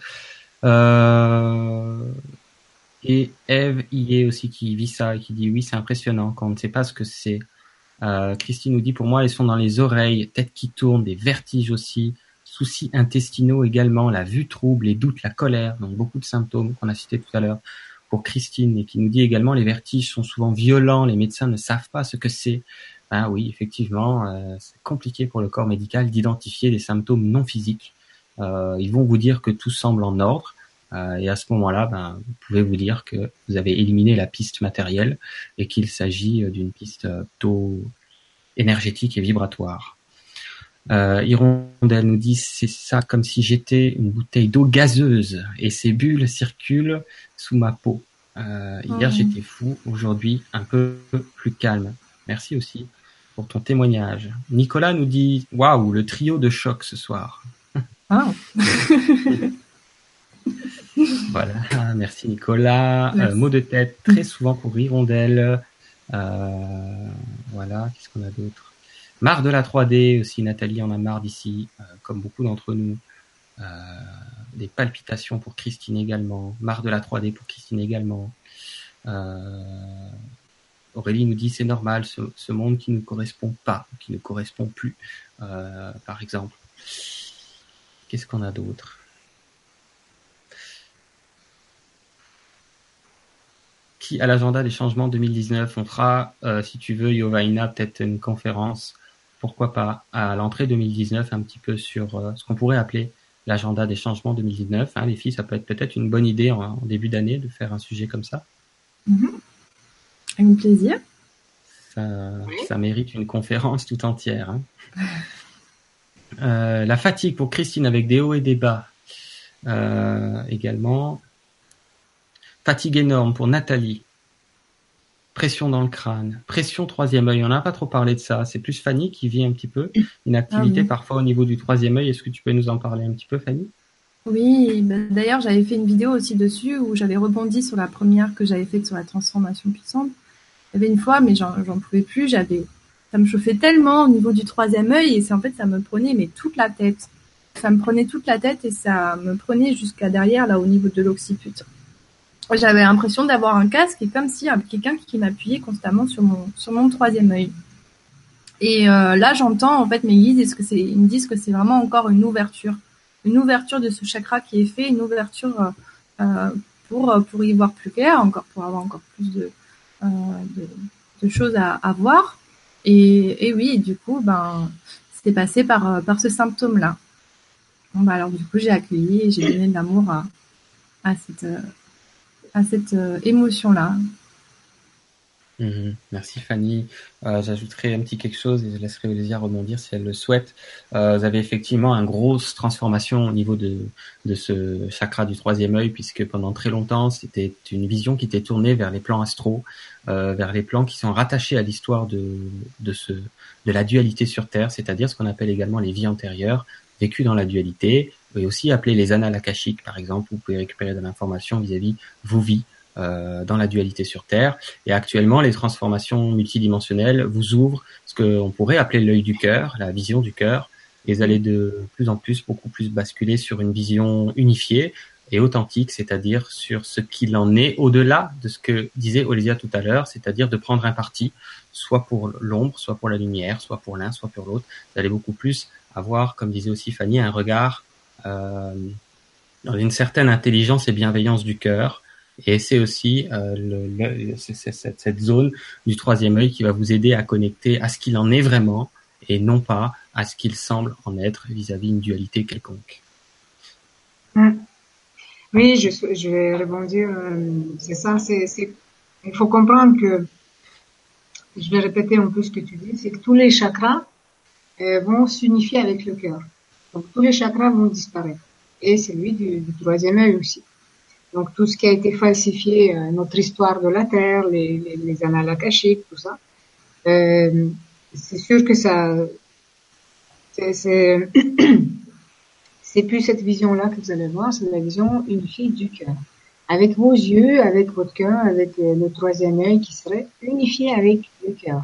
Euh, et Eve y est aussi qui vit ça et qui dit oui, c'est impressionnant quand on ne sait pas ce que c'est. Euh, Christine nous dit pour moi, elles sont dans les oreilles, tête qui tourne, des vertiges aussi, soucis intestinaux également, la vue trouble, les doutes, la colère, donc beaucoup de symptômes qu'on a cités tout à l'heure pour Christine et qui nous dit également les vertiges sont souvent violents, les médecins ne savent pas ce que c'est. Ah oui, effectivement, euh, c'est compliqué pour le corps médical d'identifier des symptômes non physiques. Euh, ils vont vous dire que tout semble en ordre, euh, et à ce moment-là, ben, vous pouvez vous dire que vous avez éliminé la piste matérielle et qu'il s'agit d'une piste plutôt énergétique et vibratoire. Euh, Hirondelle nous dit c'est ça comme si j'étais une bouteille d'eau gazeuse et ces bulles circulent sous ma peau. Euh, hier mmh. j'étais fou, aujourd'hui un peu plus calme. Merci aussi pour ton témoignage. Nicolas nous dit waouh, le trio de choc ce soir. Ah. Voilà, merci Nicolas. Merci. Euh, mot de tête très souvent pour Hirondelle. Euh, voilà, qu'est-ce qu'on a d'autre? Marre de la trois D aussi, Nathalie en a marre d'ici, euh, comme beaucoup d'entre nous. Euh, des palpitations pour Christine également. Marre de la trois D pour Christine également. Euh, Aurélie nous dit c'est normal, ce, ce monde qui ne correspond pas, qui ne correspond plus, euh, par exemple. Qu'est-ce qu'on a d'autre? Qui à l'agenda des changements deux mille dix-neuf, on fera, euh, si tu veux, Yovaina, peut-être une conférence, pourquoi pas, à l'entrée deux mille dix-neuf, un petit peu sur euh, ce qu'on pourrait appeler l'agenda des changements deux mille dix-neuf. Hein, les filles, ça peut être peut-être une bonne idée en, en début d'année de faire un sujet comme ça. Mmh. Avec plaisir. Ça, oui. Ça mérite une conférence tout entière. Hein. euh, la fatigue pour Christine avec des hauts et des bas euh, également. Fatigue énorme pour Nathalie. Pression dans le crâne. Pression troisième œil. On n'a pas trop parlé de ça. C'est plus Fanny qui vit un petit peu une activité ah oui. parfois au niveau du troisième œil. Est-ce que tu peux nous en parler un petit peu, Fanny? Oui, bah, d'ailleurs, j'avais fait une vidéo aussi dessus où j'avais rebondi sur la première que j'avais faite sur la transformation puissante. Il y avait une fois, mais j'en, j'en pouvais plus, j'avais, ça me chauffait tellement au niveau du troisième œil et c'est en fait, ça me prenait, mais toute la tête. Ça me prenait toute la tête et ça me prenait jusqu'à derrière, là, au niveau de l'occiput. J'avais l'impression d'avoir un casque et comme si y avait quelqu'un qui m'appuyait constamment sur mon, sur mon troisième œil. Et euh, là, j'entends en fait mes guides, est-ce que c'est, ils me disent que c'est vraiment encore une ouverture, une ouverture de ce chakra qui est fait, une ouverture euh, pour pour y voir plus clair, encore pour avoir encore plus de euh, de, de choses à, à voir. Et, et oui, du coup, ben, c'est passé par par ce symptôme-là. Bon, bah alors du coup, j'ai accueilli et j'ai donné de l'amour à à cette à cette euh, émotion-là. Mmh. Merci Fanny. Euh, j'ajouterai un petit quelque chose et je laisserai Olésia rebondir si elle le souhaite. Euh, vous avez effectivement une grosse transformation au niveau de, de ce chakra du troisième œil, puisque pendant très longtemps, c'était une vision qui était tournée vers les plans astraux, euh, vers les plans qui sont rattachés à l'histoire de, de, ce, de la dualité sur Terre, c'est-à-dire ce qu'on appelle également les vies antérieures, vécues dans la dualité, et aussi appelées les annales akashiques, par exemple, où vous pouvez récupérer de l'information vis-à-vis vos vies. Euh, dans la dualité sur Terre. Et actuellement, les transformations multidimensionnelles vous ouvrent ce qu'on pourrait appeler l'œil du cœur, la vision du cœur, et vous allez de plus en plus, beaucoup plus basculer sur une vision unifiée et authentique, c'est-à-dire sur ce qu'il en est au-delà de ce que disait Olésia tout à l'heure, c'est-à-dire de prendre un parti, soit pour l'ombre, soit pour la lumière, soit pour l'un, soit pour l'autre. Vous allez beaucoup plus avoir, comme disait aussi Fanny, un regard euh, dans une certaine intelligence et bienveillance du cœur. Et c'est aussi euh, le, le, c'est, c'est, cette, cette zone du troisième œil qui va vous aider à connecter à ce qu'il en est vraiment et non pas à ce qu'il semble en être vis-à-vis d'une dualité quelconque. Mmh. Oui, je, je vais rebondir. Euh, c'est ça, c'est, c'est, il faut comprendre que, je vais répéter un peu ce que tu dis, c'est que tous les chakras euh, vont s'unifier avec le cœur. Donc tous les chakras vont disparaître. Et celui du, du troisième œil aussi. Donc tout ce qui a été falsifié, euh, notre histoire de la Terre, les, les, les annales akashiques, tout ça, euh, c'est sûr que ça, c'est, c'est, c'est plus cette vision-là que vous allez voir, c'est la vision unifiée du cœur. Avec vos yeux, avec votre cœur, avec euh, le troisième œil qui serait unifié avec le cœur.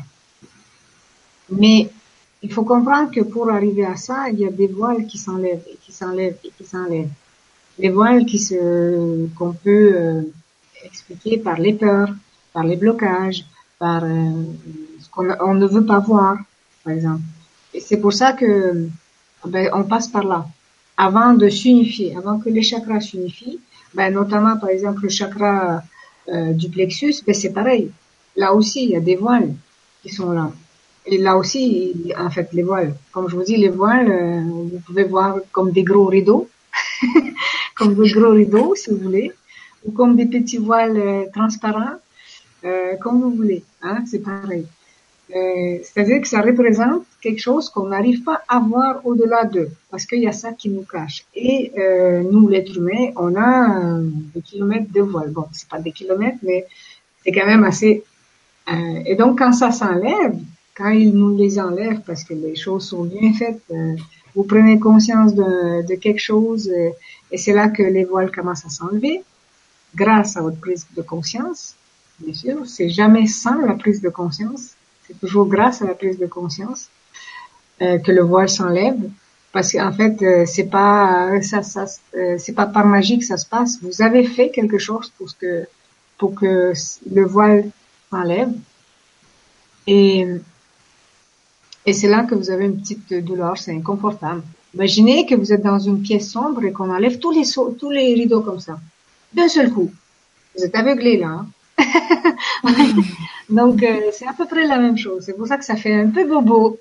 Mais il faut comprendre que pour arriver à ça, il y a des voiles qui s'enlèvent et qui s'enlèvent et qui s'enlèvent. Les voiles qui se, qu'on peut euh, expliquer par les peurs, par les blocages, par euh, ce qu'on on ne veut pas voir, par exemple. Et c'est pour ça que ben, on passe par là, avant de s'unifier, avant que les chakras s'unifient. Ben, notamment, par exemple, le chakra euh, du plexus, ben, c'est pareil. Là aussi, il y a des voiles qui sont là. Et là aussi, en fait, les voiles, comme je vous dis, les voiles, euh, vous pouvez voir comme des gros rideaux. Comme des gros rideaux, si vous voulez, ou comme des petits voiles euh, transparents, euh, comme vous voulez, hein, c'est pareil. Euh, c'est-à-dire que ça représente quelque chose qu'on n'arrive pas à voir au-delà d'eux, parce qu'il y a ça qui nous cache. Et euh, nous, l'être humain, on a euh, des kilomètres de voiles. Bon, c'est pas des kilomètres, mais c'est quand même assez. Euh, et donc, quand ça s'enlève, quand ils nous les enlèvent, parce que les choses sont bien faites, euh, vous prenez conscience de, de quelque chose, euh, et c'est là que les voiles commencent à s'enlever, grâce à votre prise de conscience, bien sûr. C'est jamais sans la prise de conscience, c'est toujours grâce à la prise de conscience euh, que le voile s'enlève, parce qu'en fait, euh, c'est pas ça, ça, euh, c'est pas par magie que ça se passe. Vous avez fait quelque chose pour que pour que le voile s'enlève, et Et c'est là que vous avez une petite douleur, c'est inconfortable. Imaginez que vous êtes dans une pièce sombre et qu'on enlève tous les, so- tous les rideaux comme ça. D'un seul coup. Vous êtes aveuglé là. Hein. Donc, euh, c'est à peu près la même chose. C'est pour ça que ça fait un peu bobo.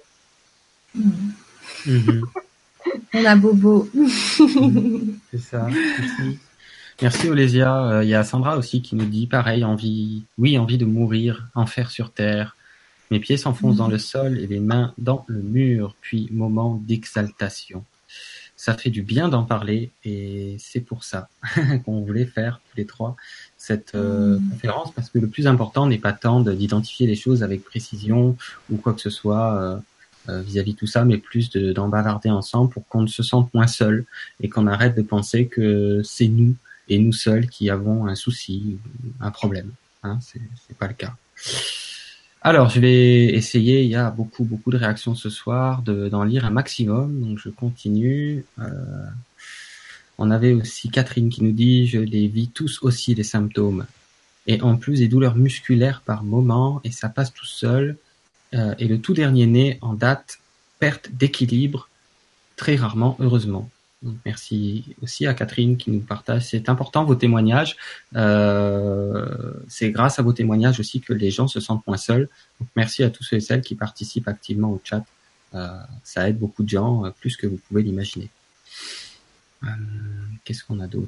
Mmh. On a bobo. Mmh. C'est ça. Merci. Merci Olésia. Il euh, y a Sandra aussi qui nous dit pareil, envie, oui, envie de mourir, enfer sur terre. Mes pieds s'enfoncent dans le sol et les mains dans le mur, puis moment d'exaltation. Ça fait du bien d'en parler et c'est pour ça qu'on voulait faire tous les trois cette euh, mmh. conférence, parce que le plus important n'est pas tant d'identifier les choses avec précision ou quoi que ce soit. Euh, euh, vis-à-vis de tout ça, mais plus de, d'en bavarder ensemble pour qu'on ne se sente moins seul et qu'on arrête de penser que c'est nous et nous seuls qui avons un souci, un problème. Hein, c'est, c'est pas le cas. Alors, je vais essayer, il y a beaucoup, beaucoup de réactions ce soir, de, d'en lire un maximum, donc je continue. Euh, on avait aussi Catherine qui nous dit « Je les vis tous aussi, les symptômes. Et en plus, des douleurs musculaires par moment, et ça passe tout seul. Euh, et le tout dernier né en date, perte d'équilibre, très rarement, heureusement. » Donc, merci aussi à Catherine qui nous partage. C'est important vos témoignages. Euh, c'est grâce à vos témoignages aussi que les gens se sentent moins seuls. Donc, merci à tous ceux et celles qui participent activement au chat. Euh, ça aide beaucoup de gens, euh, plus que vous pouvez l'imaginer. Euh, qu'est-ce qu'on a d'autre ?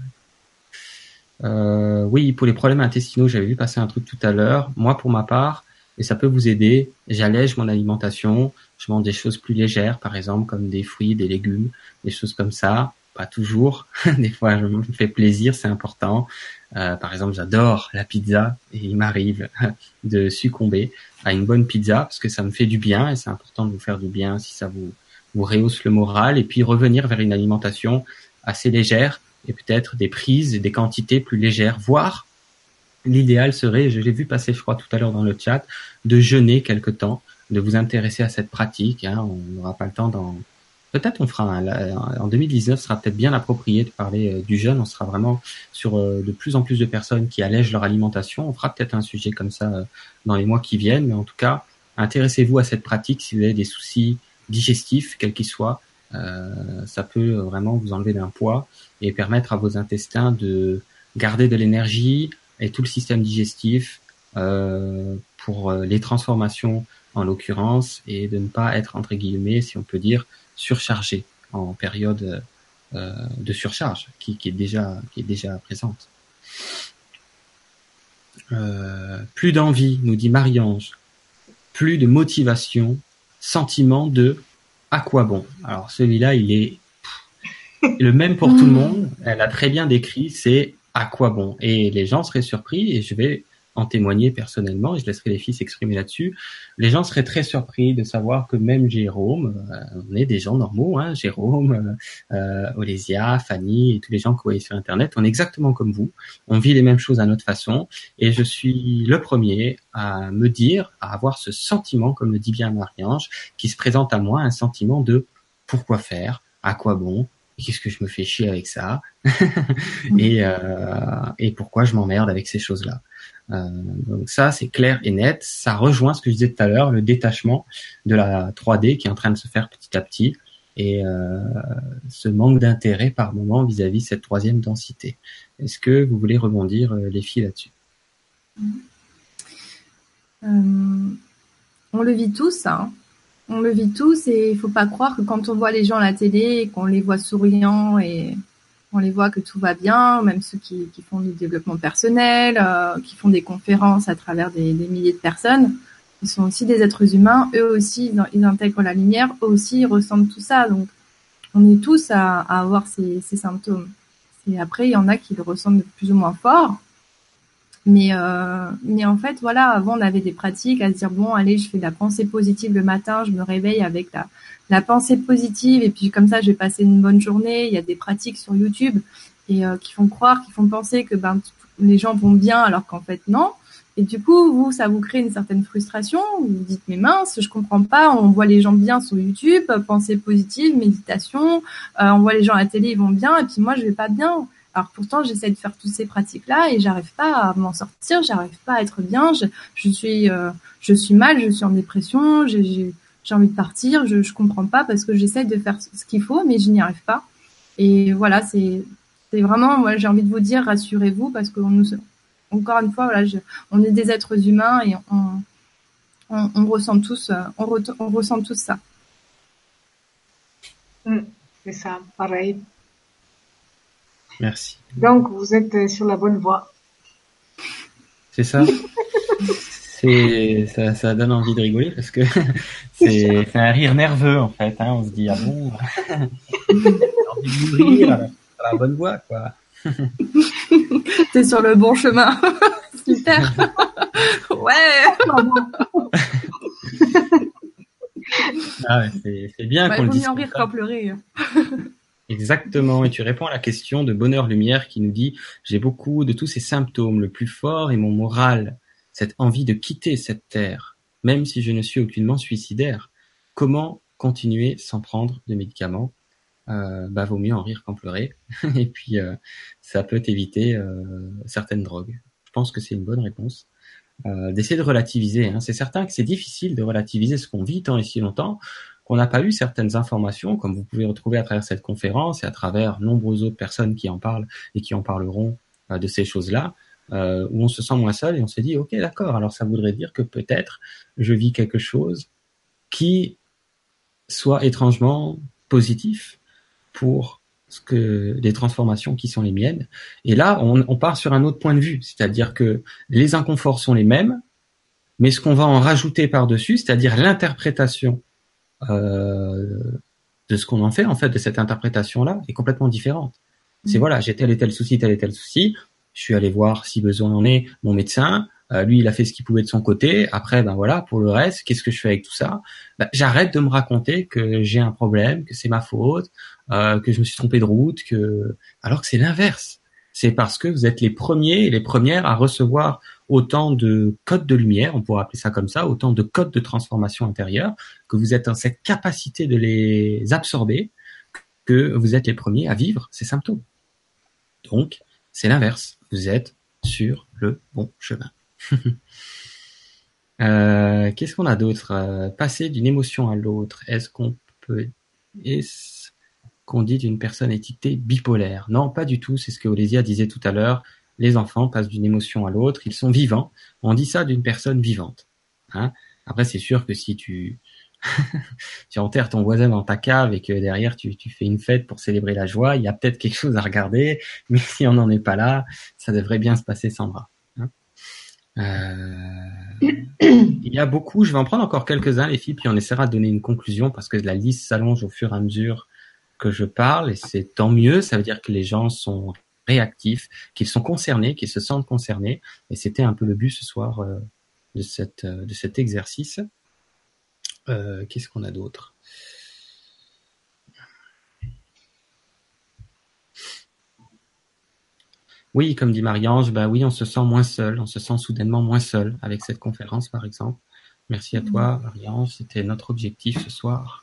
euh, Oui, pour les problèmes intestinaux, j'avais vu passer un truc tout à l'heure. Moi, pour ma part, et ça peut vous aider, j'allège mon alimentation, je mange des choses plus légères, par exemple comme des fruits, des légumes, des choses comme ça, pas toujours, des fois je me fais plaisir, c'est important. Euh, par exemple, j'adore la pizza et il m'arrive de succomber à une bonne pizza parce que ça me fait du bien et c'est important de vous faire du bien si ça vous, vous rehausse le moral et puis revenir vers une alimentation assez légère et peut-être des prises et des quantités plus légères, voire l'idéal serait, je l'ai vu passer, je crois, tout à l'heure dans le chat, de jeûner quelque temps, de vous intéresser à cette pratique. Hein, on n'aura pas le temps d'en... Peut-être on fera un... en deux mille dix-neuf, sera peut-être bien approprié de parler euh, du jeûne. On sera vraiment sur euh, de plus en plus de personnes qui allègent leur alimentation. On fera peut-être un sujet comme ça euh, dans les mois qui viennent. Mais en tout cas, intéressez-vous à cette pratique si vous avez des soucis digestifs, quels qu'ils soient. Euh, ça peut vraiment vous enlever d'un poids et permettre à vos intestins de garder de l'énergie et tout le système digestif euh, pour les transformations en l'occurrence et de ne pas être entre guillemets, si on peut dire, surchargé en période euh, de surcharge qui, qui est déjà qui est déjà présente. Euh, plus d'envie, nous dit Marie-Ange, plus de motivation, sentiment de à quoi bon. Alors celui-là, il est le même pour tout le monde. Elle a très bien décrit, c'est à quoi bon. Et les gens seraient surpris, et je vais en témoigner personnellement, et je laisserai les filles s'exprimer là-dessus. Les gens seraient très surpris de savoir que même Jérôme, euh, on est des gens normaux, hein, Jérôme, euh, Olésia, Fanny, et tous les gens que vous voyez sur Internet, on est exactement comme vous. On vit les mêmes choses à notre façon, et je suis le premier à me dire, à avoir ce sentiment, comme le dit bien Marie-Ange, qui se présente à moi, un sentiment de pourquoi faire, à quoi bon, qu'est-ce que je me fais chier avec ça et, euh, et pourquoi je m'emmerde avec ces choses-là. Euh, donc ça, c'est clair et net. Ça rejoint ce que je disais tout à l'heure, le détachement de la trois D qui est en train de se faire petit à petit et euh, ce manque d'intérêt par moment vis-à-vis cette troisième densité. Est-ce que vous voulez rebondir, les filles, là-dessus ? euh, On le vit tous, hein. On le vit tous et il faut pas croire que quand on voit les gens à la télé, qu'on les voit souriants et on les voit que tout va bien, même ceux qui, qui font du développement personnel, euh, qui font des conférences à travers des, des milliers de personnes, ils sont aussi des êtres humains, eux aussi ils intègrent la lumière, eux aussi ils ressentent tout ça, donc on est tous à, à avoir ces, ces symptômes. Et après il y en a qui le ressentent de plus ou moins fort. Mais euh, mais en fait voilà, avant on avait des pratiques à se dire bon allez je fais de la pensée positive le matin, je me réveille avec la la pensée positive et puis comme ça je vais passer une bonne journée. Il y a des pratiques sur YouTube et euh, qui font croire, qui font penser que ben les gens vont bien alors qu'en fait non. Et du coup vous ça vous crée une certaine frustration. Vous vous dites mais mince je comprends pas, on voit les gens bien sur YouTube, pensée positive, méditation, euh, on voit les gens à la télé ils vont bien et puis moi je vais pas bien. Alors pourtant, j'essaie de faire toutes ces pratiques-là et j'arrive pas à m'en sortir, j'arrive pas à être bien, je, je suis, euh, je suis mal, je suis en dépression, j'ai, j'ai, j'ai envie de partir, je, je comprends pas parce que j'essaie de faire ce qu'il faut, mais je n'y arrive pas. Et voilà, c'est, c'est vraiment, moi, j'ai envie de vous dire, rassurez-vous parce que nous, encore une fois, voilà, je, on est des êtres humains et on, on, on ressent tous, on, re, on ressent tous ça. Mmh, c'est ça, pareil. Merci. Donc, vous êtes sur la bonne voie. C'est ça. c'est ça, ça donne envie de rigoler parce que c'est, c'est un rire nerveux en fait. Hein. On se dit ah bon, envie de mourir, sur la bonne voie quoi. T'es sur le bon chemin. Super. Ouais. Ah, c'est, c'est bien Bah, qu'on il le vaut dise mieux en comme rire ça. qu'en pleurer. Exactement. Et tu réponds à la question de Bonheur Lumière qui nous dit: j'ai beaucoup de tous ces symptômes. Le plus fort est mon moral, cette envie de quitter cette terre, même si je ne suis aucunement suicidaire. Comment continuer sans prendre de médicaments? Euh, bah, vaut mieux en rire qu'en pleurer. Et puis, euh, ça peut éviter euh, certaines drogues. Je pense que c'est une bonne réponse. Euh, d'essayer de relativiser. Hein. C'est certain que c'est difficile de relativiser ce qu'on vit tant et si longtemps qu'on n'a pas eu certaines informations, comme vous pouvez retrouver à travers cette conférence et à travers nombreuses autres personnes qui en parlent et qui en parleront euh, de ces choses-là, euh, où on se sent moins seul et on se dit, ok, d'accord, alors ça voudrait dire que peut-être je vis quelque chose qui soit étrangement positif pour ce que les transformations qui sont les miennes. Et là, on, on part sur un autre point de vue, c'est-à-dire que les inconforts sont les mêmes, mais ce qu'on va en rajouter par-dessus, c'est-à-dire l'interprétation euh, de ce qu'on en fait, en fait, de cette interprétation-là, est complètement différente. C'est Mm. voilà, j'ai tel et tel souci, tel et tel souci, je suis allé voir, si besoin en est, mon médecin, euh, lui, il a fait ce qu'il pouvait de son côté, après, ben voilà, pour le reste, qu'est-ce que je fais avec tout ça? Ben, j'arrête de me raconter que j'ai un problème, que c'est ma faute, euh, que je me suis trompé de route, que... alors que c'est l'inverse. C'est parce que vous êtes les premiers et les premières à recevoir autant de codes de lumière, on pourrait appeler ça comme ça, autant de codes de transformation intérieure, que vous êtes dans cette capacité de les absorber, que vous êtes les premiers à vivre ces symptômes. Donc, c'est l'inverse. Vous êtes sur le bon chemin. euh, qu'est-ce qu'on a d'autre? euh, Passer d'une émotion à l'autre. Est-ce qu'on peut... Est-ce qu'on dit d'une personne étiquetée bipolaire? Non, pas du tout. C'est ce que Olésia disait tout à l'heure. Les enfants passent d'une émotion à l'autre. Ils sont vivants. On dit ça d'une personne vivante. Hein? Après, c'est sûr que si tu... tu enterres ton voisin dans ta cave et que derrière tu, tu fais une fête pour célébrer la joie, il y a peut-être quelque chose à regarder, mais si on n'en est pas là, ça devrait bien se passer, Sandra. Hein euh... il y a beaucoup, je vais en prendre encore quelques-uns les filles, puis on essaiera de donner une conclusion parce que la liste s'allonge au fur et à mesure que je parle et c'est tant mieux, ça veut dire que les gens sont réactifs, qu'ils sont concernés, qu'ils se sentent concernés et c'était un peu le but ce soir euh, de, cette, euh, de cet exercice. Euh, qu'est-ce qu'on a d'autre? Oui, comme dit Marie-Ange, bah oui, on se sent moins seul, on se sent soudainement moins seul avec cette conférence, par exemple. Merci à toi, Marie-Ange, c'était notre objectif ce soir.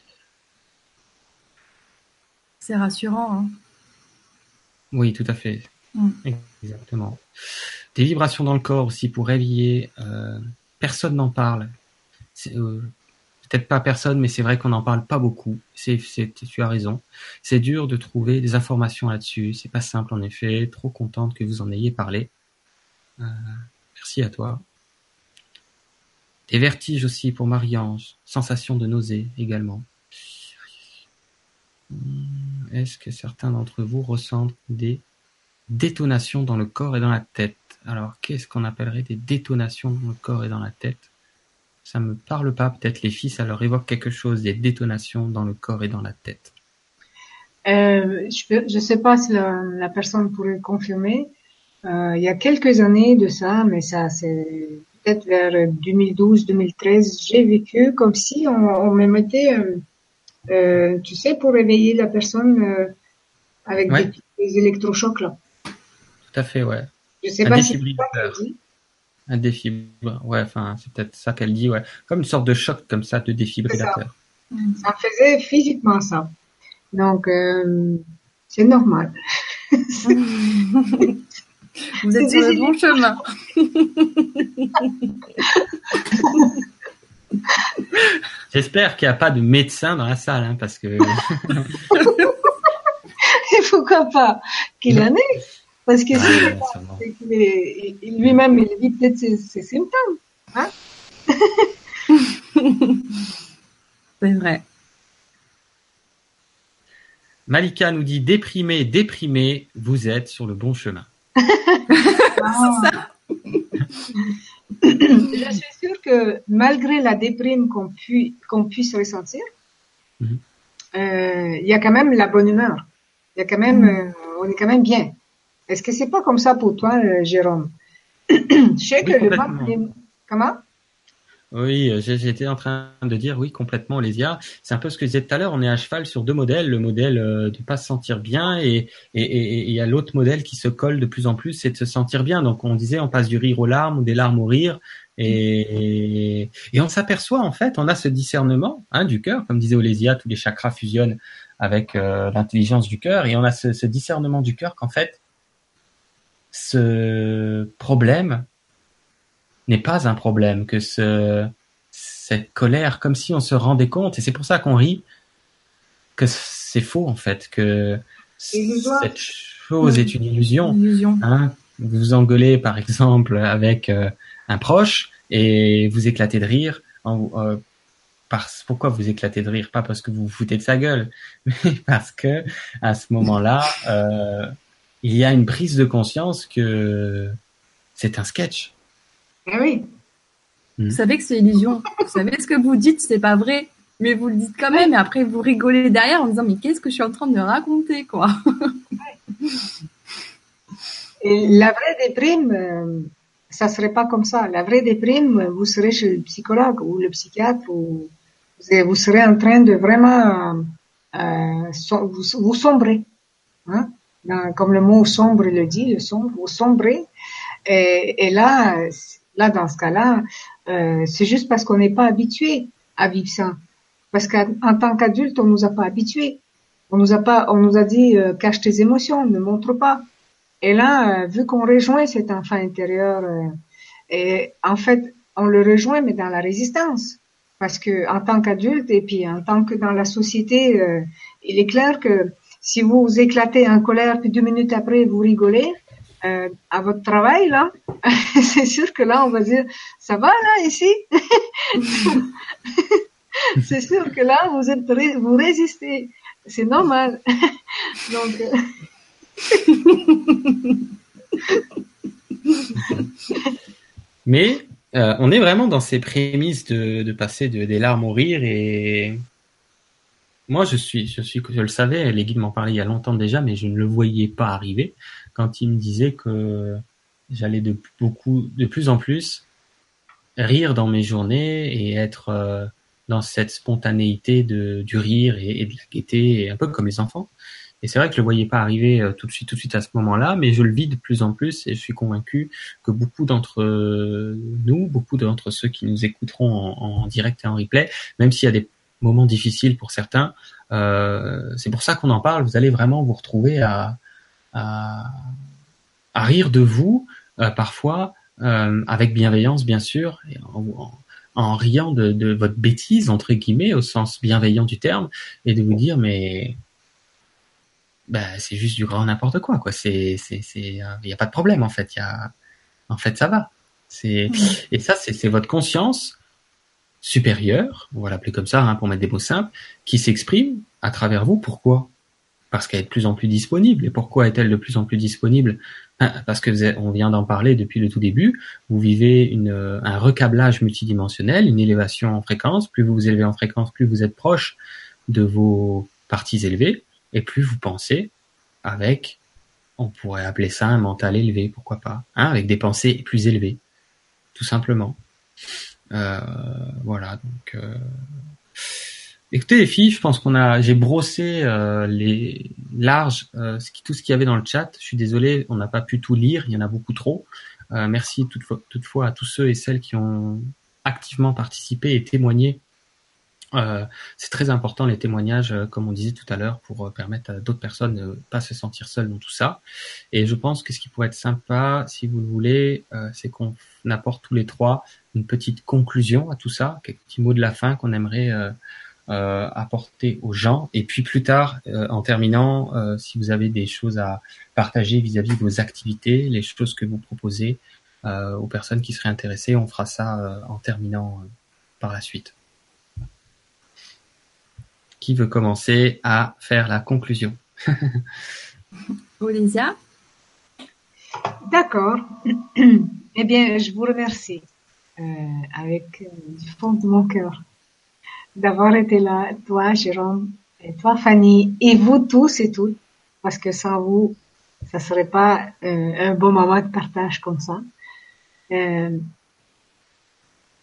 C'est rassurant. Hein. Oui, tout à fait. Mm. Exactement. Des vibrations dans le corps aussi pour réveiller. Euh, personne n'en parle. C'est, euh, peut-être pas personne, mais c'est vrai qu'on n'en parle pas beaucoup. C'est, c'est, tu as raison. C'est dur de trouver des informations là-dessus. C'est pas simple en effet. Trop contente que vous en ayez parlé. Euh, merci à toi. Des vertiges aussi pour Marie-Ange. Sensation de nausée également. Est-ce que certains d'entre vous ressentent des détonations dans le corps et dans la tête? Alors, qu'est-ce qu'on appellerait des détonations dans le corps et dans la tête? Ça me parle pas. Peut-être les filles, ça leur évoque quelque chose, des détonations dans le corps et dans la tête. Euh, je peux, je sais pas si la, la personne pourrait confirmer. Euh, il y a quelques années de ça, mais ça, c'est peut-être vers deux mille douze, deux mille treize, j'ai vécu comme si on, on me mettait, euh, euh, tu sais, pour réveiller la personne euh, avec Ouais. des, des électrochocs là. Tout à fait, ouais. Je sais Un pas si c'est défibrillateur. ça qu'elle dit. Un défibrillateur. Ouais, enfin, c'est peut-être ça qu'elle dit, ouais. Comme une sorte de choc comme ça de défibrillateur. Ça faisait physiquement ça. Donc, euh, c'est normal. Vous êtes sur le bon chemin. J'espère qu'il n'y a pas de médecin dans la salle, hein, parce que... Et pourquoi pas qu'il en ait? Parce que ouais, si il est, il, lui-même, il vit peut-être ses, ses symptômes. Hein? C'est vrai. Malika nous dit déprimé, déprimé, vous êtes sur le bon chemin. Ah. C'est ça. Je suis sûre que malgré la déprime qu'on, pu, qu'on puisse ressentir, il mm-hmm. euh, y a quand même la bonne humeur. Il y a quand même, euh, on est quand même bien. Est-ce que c'est pas comme ça pour toi, euh, Jérôme? Je sais oui, que le pape, comment? Oui, euh, j'ai- j'étais en train de dire oui complètement, Lésia. C'est un peu ce que je disais tout à l'heure. On est à cheval sur deux modèles. Le modèle euh, de pas se sentir bien et et et et il y a l'autre modèle qui se colle de plus en plus, c'est de se sentir bien. Donc on disait on passe du rire aux larmes ou des larmes au rire et et, et on s'aperçoit en fait, on a ce discernement hein, du cœur, comme disait Olésia, tous les chakras fusionnent avec euh, l'intelligence du cœur et on a ce, ce discernement du cœur qu'en fait ce problème n'est pas un problème, que ce, cette colère, comme si on se rendait compte, et c'est pour ça qu'on rit, que c'est faux en fait, que Illusoire. cette chose est Oui, une illusion. illusion. Hein. Vous vous engueulez par exemple avec euh, un proche et vous éclatez de rire. En, euh, parce, pourquoi vous éclatez de rire? Pas parce que vous vous foutez de sa gueule, mais parce que à ce moment-là, euh, il y a une prise de conscience que c'est un sketch. Eh oui. Vous savez que c'est illusion. Vous savez ce que vous dites, c'est pas vrai. Mais vous le dites quand même, et après vous rigolez derrière en disant mais qu'est-ce que je suis en train de raconter quoi. Et la vraie déprime, euh, ça serait pas comme ça. La vraie déprime, vous serez chez le psychologue ou le psychiatre ou vous serez en train de vraiment euh, so, vous, vous sombrez, hein, dans, comme le mot sombre le dit, le sombre, vous sombrez. Et, et là, là dans ce cas-là, euh, c'est juste parce qu'on n'est pas habitué à vivre ça. Parce qu'en tant qu'adulte, on nous a pas habitués. On nous a pas, on nous a dit euh, cache tes émotions, ne montre pas. Et là, euh, vu qu'on rejoint cet enfant intérieur, euh, et en fait, on le rejoint mais dans la résistance, parce que en tant qu'adulte et puis en tant que dans la société, euh, il est clair que si vous vous éclatez en colère puis deux minutes après vous rigolez euh, à votre travail là, c'est sûr que là on va dire ça va là ici. C'est sûr que là vous êtes vous résistez, c'est normal. Donc euh... Mais euh, on est vraiment dans ces prémices de, de passer de, des larmes au rire et moi je suis, je suis, je le savais, les guides m'en parlaient il y a longtemps déjà, mais je ne le voyais pas arriver quand ils me disaient que j'allais de beaucoup, de plus en plus rire dans mes journées et être euh, dans cette spontanéité de, du rire et, et de la gaieté, un peu comme les enfants. Et c'est vrai que je le voyais pas arriver euh, tout de suite, tout de suite à ce moment-là, mais je le vis de plus en plus et je suis convaincu que beaucoup d'entre nous, beaucoup d'entre ceux qui nous écouteront en, en direct et en replay, même s'il y a des moments difficiles pour certains, euh, c'est pour ça qu'on en parle. Vous allez vraiment vous retrouver à, à, à rire de vous, euh, parfois euh, avec bienveillance, bien sûr, et en, en, en riant de, de votre bêtise entre guillemets au sens bienveillant du terme, et de vous dire mais bah c'est juste du grand n'importe quoi quoi, c'est c'est c'est il y a pas de problème en fait, il y a en fait ça va, c'est et ça c'est c'est votre conscience supérieure, on va l'appeler comme ça hein, pour mettre des mots simples, qui s'exprime à travers vous. Pourquoi? Parce qu'elle est de plus en plus disponible. Et pourquoi est-elle de plus en plus disponible? Parce que vous êtes, on vient d'en parler depuis le tout début, vous vivez une, un recablage multidimensionnel, une élévation en fréquence. Plus vous vous élevez en fréquence, plus vous êtes proche de vos parties élevées, et plus vous pensez avec, on pourrait appeler ça un mental élevé, pourquoi pas, hein, avec des pensées plus élevées, tout simplement. Euh, voilà, donc... Euh... Écoutez les filles, je pense qu'on a, j'ai brossé euh, les larges, euh, tout ce qu'il y avait dans le chat. Je suis désolé, on n'a pas pu tout lire, il y en a beaucoup trop. Euh, merci toutefois, toutefois à tous ceux et celles qui ont activement participé et témoigné. Euh, c'est très important les témoignages, euh, comme on disait tout à l'heure, pour euh, permettre à d'autres personnes de ne pas se sentir seules dans tout ça. Et je pense que ce qui pourrait être sympa, si vous le voulez, euh, c'est qu'on apporte tous les trois une petite conclusion à tout ça, quelques petits mots de la fin qu'on aimerait euh, Euh, apporter aux gens, et puis plus tard euh, en terminant euh, si vous avez des choses à partager vis-à-vis de vos activités, les choses que vous proposez euh, aux personnes qui seraient intéressées, on fera ça euh, en terminant euh, par la suite. Qui veut commencer à faire la conclusion? Olésia. D'accord. Eh bien, je vous remercie euh, avec euh, du fond de mon cœur d'avoir été là, toi, Jérôme, et toi, Fanny, et vous tous et toutes, parce que sans vous, ça serait pas euh, un bon moment de partage comme ça. Euh,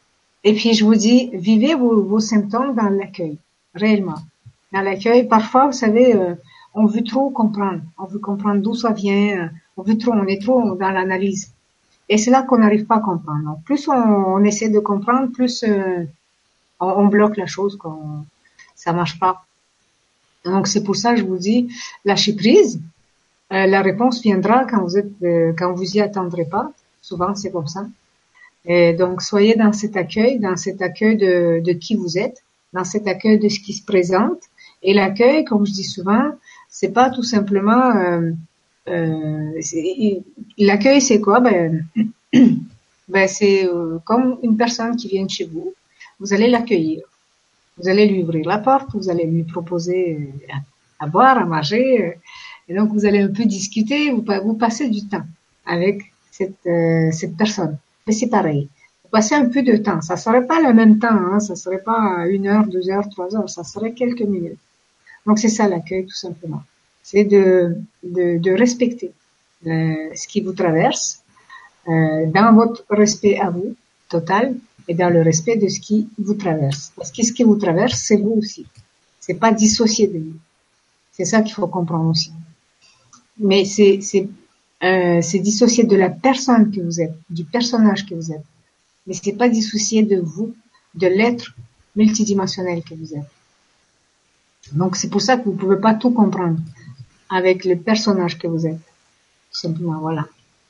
Et puis, je vous dis, vivez vos, vos symptômes dans l'accueil, réellement. Dans l'accueil, parfois, vous savez, euh, on veut trop comprendre. On veut comprendre d'où ça vient. On veut trop, on est trop dans l'analyse. Et c'est là qu'on n'arrive pas à comprendre. Donc, plus on, on essaie de comprendre, plus euh, on, on bloque la chose, quoi. On, ça marche pas. Donc, c'est pour ça que je vous dis, lâchez prise. Euh, la réponse viendra quand vous êtes, euh, quand vous y attendrez pas. Souvent, c'est comme ça. Et donc, soyez dans cet accueil, dans cet accueil de, de qui vous êtes, dans cet accueil de ce qui se présente. Et l'accueil, comme je dis souvent, c'est pas tout simplement euh, euh, c'est, l'accueil, c'est quoi? Ben, ben c'est euh, comme une personne qui vient chez vous. Vous allez l'accueillir. Vous allez lui ouvrir la porte. Vous allez lui proposer à, à boire, à manger. Et donc, vous allez un peu discuter. Vous, vous passez du temps avec cette, euh, cette personne. Mais c'est pareil. Vous passez un peu de temps. Ça serait pas le même temps, hein. Ça serait pas une heure, deux heures, trois heures. Ça serait quelques minutes. Donc c'est ça l'accueil, tout simplement. C'est de de, de respecter euh, ce qui vous traverse, euh, dans votre respect à vous total et dans le respect de ce qui vous traverse. Parce que ce qui vous traverse, c'est vous aussi. C'est pas dissocié de vous. C'est ça qu'il faut comprendre aussi. Mais c'est c'est euh, c'est dissocié de la personne que vous êtes, du personnage que vous êtes. Mais c'est pas dissocié de vous, de l'être multidimensionnel que vous êtes. Donc c'est pour ça que vous pouvez pas tout comprendre avec le personnage que vous êtes. Tout simplement, voilà.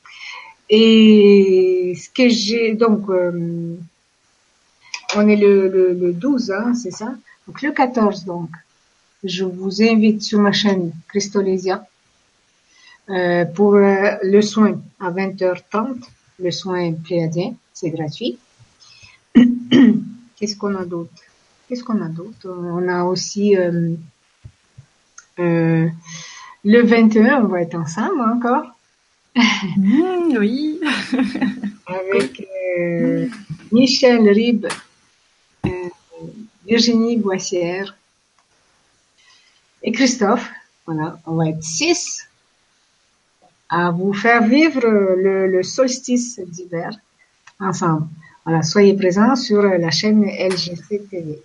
Et ce que j'ai donc euh, on est le, le, le douze, hein, c'est ça. Donc le quatorze, donc je vous invite sur ma chaîne Christolésia euh, pour euh, le soin à vingt heures trente, le soin pléiadien, c'est gratuit. Qu'est-ce qu'on a d'autre? Qu'est-ce qu'on a d'autre? On a aussi euh, euh, le vingt et un, on va être ensemble encore. Mmh, oui. Avec euh, Michel Ribes, euh, Virginie Boissière et Christophe. Voilà, on va être six à vous faire vivre le, le solstice d'hiver ensemble. Voilà, soyez présents sur la chaîne L G C T V.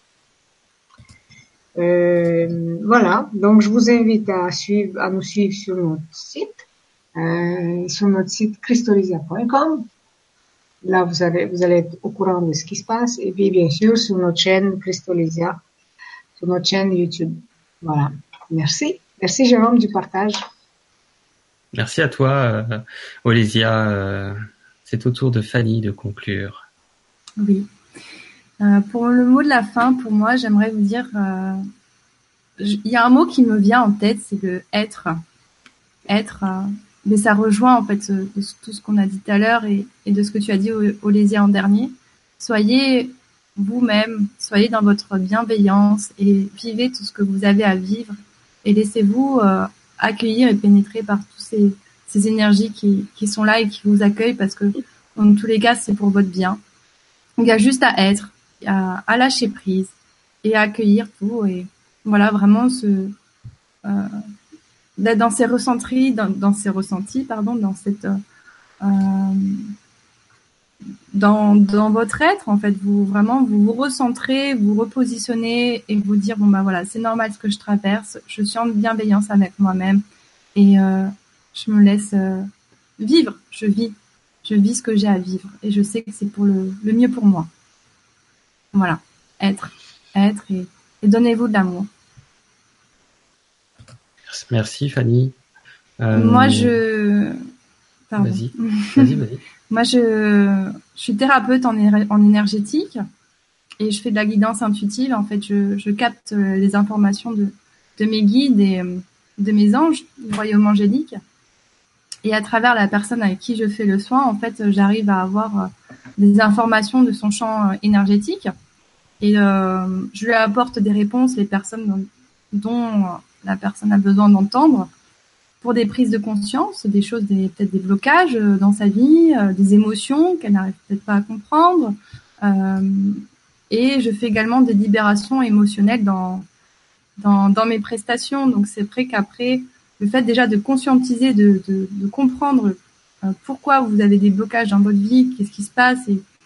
Euh, voilà, donc je vous invite à suivre, à nous suivre sur notre site, euh, sur notre site christolésia point com. Là, vous allez, vous allez être au courant de ce qui se passe, et puis bien sûr sur notre chaîne Christolésia, sur notre chaîne YouTube. Voilà. Merci, merci Jérôme du partage. Merci à toi, euh, Olésia. Euh, c'est au tour de Fanny de conclure. Oui. Euh, pour le mot de la fin, pour moi, j'aimerais vous dire, euh, il y a un mot qui me vient en tête, c'est le être. Être, euh, mais ça rejoint en fait de tout ce qu'on a dit tout à l'heure et, et de ce que tu as dit, Olésia, en dernier. Soyez vous-même, soyez dans votre bienveillance et vivez tout ce que vous avez à vivre et laissez-vous euh, accueillir et pénétrer par tous ces, ces énergies qui, qui sont là et qui vous accueillent parce que dans tous les cas, c'est pour votre bien. Donc, il y a juste à être, à, à lâcher prise et à accueillir tout et voilà, vraiment ce, euh, d'être dans ces ressentis, dans, dans ces ressentis, pardon, dans cette, euh, dans, dans votre être, en fait, vous, vraiment, vous vous recentrez, vous repositionnez et vous dire, bon, bah voilà, c'est normal ce que je traverse, je suis en bienveillance avec moi-même et, euh, je me laisse, euh, vivre, je vis. Je vis ce que j'ai à vivre et je sais que c'est pour le, le mieux pour moi. Voilà, être, être et, et donnez-vous de l'amour. Merci Fanny. Euh... Moi je, pardon. Vas-y, vas-y, vas-y. Moi je, je suis thérapeute en, en énergétique et je fais de la guidance intuitive. En fait, je, je capte les informations de, de mes guides et de mes anges du royaume angélique. Et à travers la personne avec qui je fais le soin, en fait, j'arrive à avoir des informations de son champ énergétique et euh, je lui apporte des réponses, les personnes dont, dont la personne a besoin d'entendre pour des prises de conscience, des choses, des, peut-être des blocages dans sa vie, euh, des émotions qu'elle n'arrive peut-être pas à comprendre. Euh, et je fais également des libérations émotionnelles dans, dans, dans mes prestations. Donc c'est vrai qu'après, le fait déjà de conscientiser, de, de, de comprendre euh, pourquoi vous avez des blocages dans votre vie, qu'est-ce qui se passe et,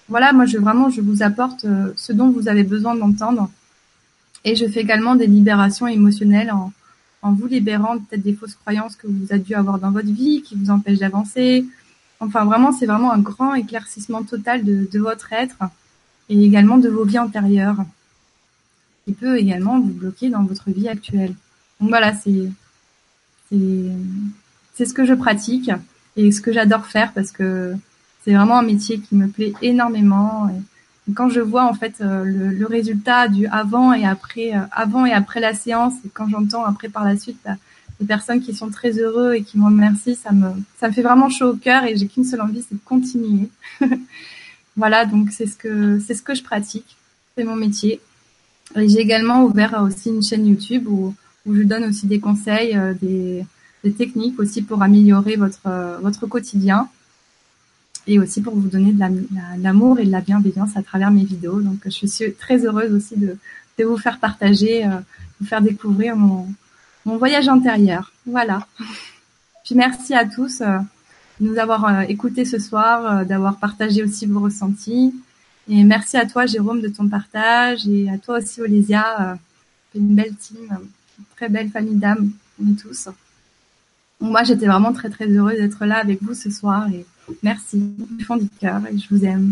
voilà, moi, je vraiment, je vous apporte euh, ce dont vous avez besoin d'entendre. Et je fais également des libérations émotionnelles en, en vous libérant peut-être des fausses croyances que vous avez dû avoir dans votre vie, qui vous empêchent d'avancer. Enfin, vraiment, c'est vraiment un grand éclaircissement total de, de votre être et également de vos vies antérieures, qui peut également vous bloquer dans votre vie actuelle. Donc voilà, c'est c'est c'est ce que je pratique et ce que j'adore faire parce que c'est vraiment un métier qui me plaît énormément. Et quand je vois en fait le, le résultat du avant et après, avant et après la séance, et quand j'entends après par la suite des personnes qui sont très heureux et qui me remercient, ça me ça me fait vraiment chaud au cœur et j'ai qu'une seule envie, c'est de continuer. Voilà, donc c'est ce que c'est ce que je pratique, c'est mon métier. Et j'ai également ouvert aussi une chaîne YouTube où où je donne aussi des conseils, euh, des des techniques aussi pour améliorer votre euh, votre quotidien et aussi pour vous donner de la, la, l'amour et de la bienveillance à travers mes vidéos. Donc je suis très heureuse aussi de de vous faire partager, euh, vous faire découvrir mon mon voyage intérieur. Voilà. Puis merci à tous euh, de nous avoir euh, écoutés ce soir, euh, d'avoir partagé aussi vos ressentis. Et merci à toi, Jérôme, de ton partage. Et à toi aussi, Olésia. Euh, une belle team, une très belle famille d'âmes, on est tous. Donc, moi, j'étais vraiment très, très heureuse d'être là avec vous ce soir. Et merci du fond du cœur. Et je vous aime.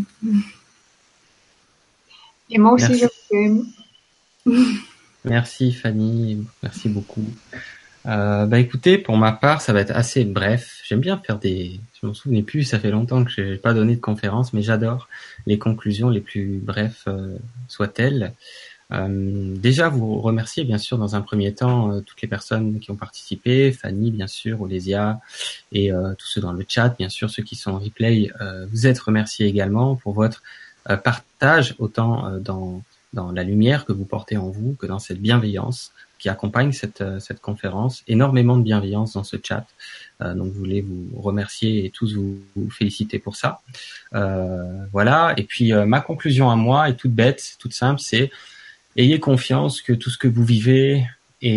Et moi aussi, Merci. je vous aime. Merci, Fanny. Merci beaucoup. Euh, bah écoutez, pour ma part, ça va être assez bref. J'aime bien faire des... Je m'en souvenais plus, ça fait longtemps que j'ai pas donné de conférence, mais j'adore les conclusions les plus brefs euh, soient-elles. Euh, déjà, vous remercier bien sûr dans un premier temps euh, toutes les personnes qui ont participé, Fanny bien sûr, Olésia et euh, tous ceux dans le chat, bien sûr ceux qui sont en replay. Euh, vous êtes remerciés également pour votre euh, partage, autant euh, dans dans la lumière que vous portez en vous que dans cette bienveillance qui accompagne cette cette conférence. Énormément de bienveillance dans ce chat. Euh, donc, je voulais vous remercier et tous vous, vous féliciter pour ça. Euh, voilà. Et puis, euh, ma conclusion à moi est toute bête, toute simple, c'est ayez confiance que tout ce que vous vivez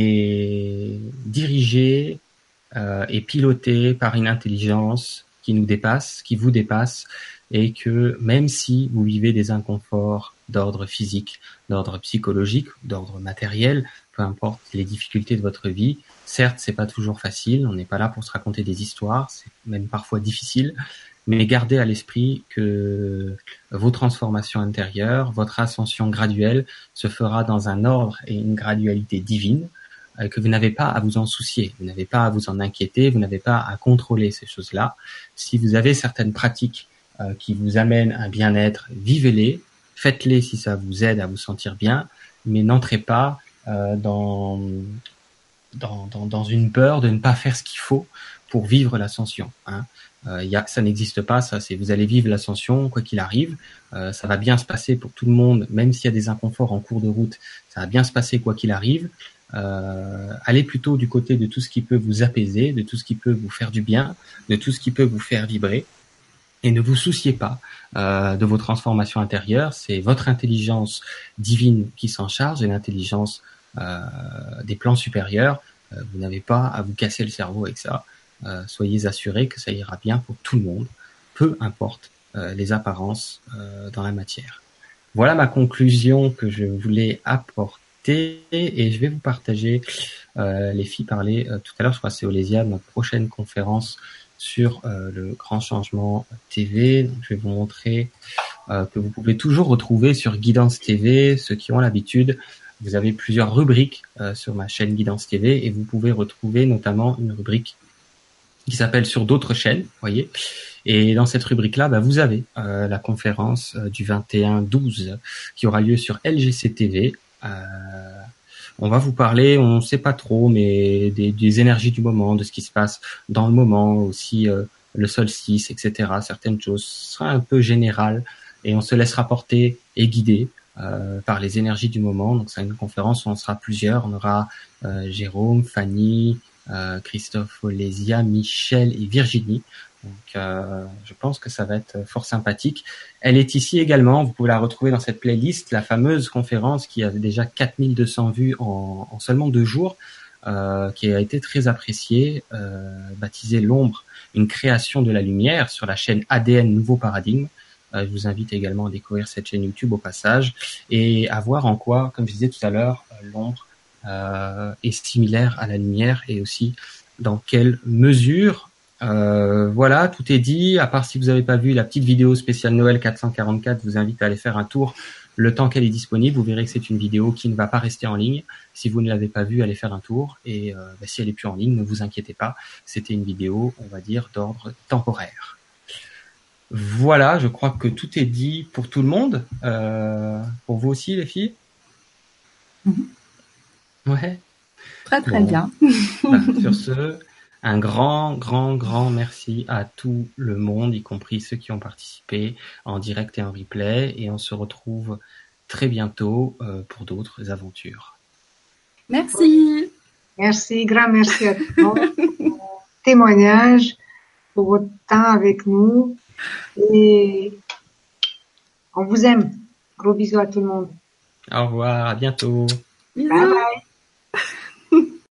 est dirigé euh, et piloté par une intelligence qui nous dépasse, qui vous dépasse, et que même si vous vivez des inconforts d'ordre physique, d'ordre psychologique, d'ordre matériel, peu importe les difficultés de votre vie, certes, c'est pas toujours facile, on n'est pas là pour se raconter des histoires, c'est même parfois difficile, mais gardez à l'esprit que vos transformations intérieures, votre ascension graduelle se fera dans un ordre et une gradualité divine, euh, que vous n'avez pas à vous en soucier, vous n'avez pas à vous en inquiéter, vous n'avez pas à contrôler ces choses-là. Si vous avez certaines pratiques euh, qui vous amènent un bien-être, vivez-les, faites-les si ça vous aide à vous sentir bien, mais n'entrez pas euh, dans, dans, dans, dans une peur de ne pas faire ce qu'il faut pour vivre l'ascension, hein. Euh, y a, ça n'existe pas, ça. C'est vous allez vivre l'ascension quoi qu'il arrive. Euh, ça va bien se passer pour tout le monde, même s'il y a des inconforts en cours de route. Ça va bien se passer quoi qu'il arrive. Euh, allez plutôt du côté de tout ce qui peut vous apaiser, de tout ce qui peut vous faire du bien, de tout ce qui peut vous faire vibrer. Et ne vous souciez pas euh, de vos transformations intérieures. C'est votre intelligence divine qui s'en charge, et l'intelligence euh, des plans supérieurs. Euh, vous n'avez pas à vous casser le cerveau avec ça. Euh, soyez assurés que ça ira bien pour tout le monde, peu importe euh, les apparences euh, dans la matière. Voilà ma conclusion que je voulais apporter, et je vais vous partager, euh, les filles parlaient euh, tout à l'heure, je crois que c'est Olésia, de notre prochaine conférence sur euh, le grand changement T V. Donc, je vais vous montrer euh, que vous pouvez toujours retrouver sur Guidance T V, ceux qui ont l'habitude. Vous avez plusieurs rubriques euh, sur ma chaîne Guidance T V, et vous pouvez retrouver notamment une rubrique qui s'appelle sur d'autres chaînes, voyez. Et dans cette rubrique-là, bah, vous avez euh, la conférence euh, du vingt et un douze qui aura lieu sur L G C T V. Euh, on va vous parler, on ne sait pas trop, mais des, des énergies du moment, de ce qui se passe dans le moment, aussi euh, le solstice, et cetera. Certaines choses, ce sera un peu général, et on se laissera porter et guider euh, par les énergies du moment. Donc c'est une conférence où on sera plusieurs. On aura euh, Jérôme, Fanny, Euh, Christophe, Olésia, Michel et Virginie. Donc, euh, je pense que ça va être fort sympathique. Elle est ici également. Vous pouvez la retrouver dans cette playlist, la fameuse conférence qui a déjà quatre mille deux cents vues en, en seulement deux jours, euh, qui a été très appréciée, euh, baptisée L'ombre, une création de la lumière sur la chaîne A D N Nouveau Paradigme. Euh, je vous invite également à découvrir cette chaîne YouTube au passage et à voir en quoi, comme je disais tout à l'heure, l'ombre euh, est similaire à la lumière et aussi dans quelle mesure. Euh, voilà, tout est dit. À part si vous n'avez pas vu la petite vidéo spéciale Noël quatre cent quarante-quatre, je vous invite à aller faire un tour le temps qu'elle est disponible. Vous verrez que c'est une vidéo qui ne va pas rester en ligne. Si vous ne l'avez pas vue, allez faire un tour. Et euh, bah, si elle est plus en ligne, ne vous inquiétez pas. C'était une vidéo, on va dire, d'ordre temporaire. Voilà, je crois que tout est dit pour tout le monde. Euh, pour vous aussi, les filles. Mm-hmm. Ouais. Très très bon. bien. Bah, sur ce, un grand, grand, grand merci à tout le monde, y compris ceux qui ont participé en direct et en replay. Et on se retrouve très bientôt euh, pour d'autres aventures. Merci. Merci, grand merci à tous pour vos témoignages, pour votre temps avec nous. Et on vous aime. Gros bisous à tout le monde. Au revoir, à bientôt. Bisous. Bye bye.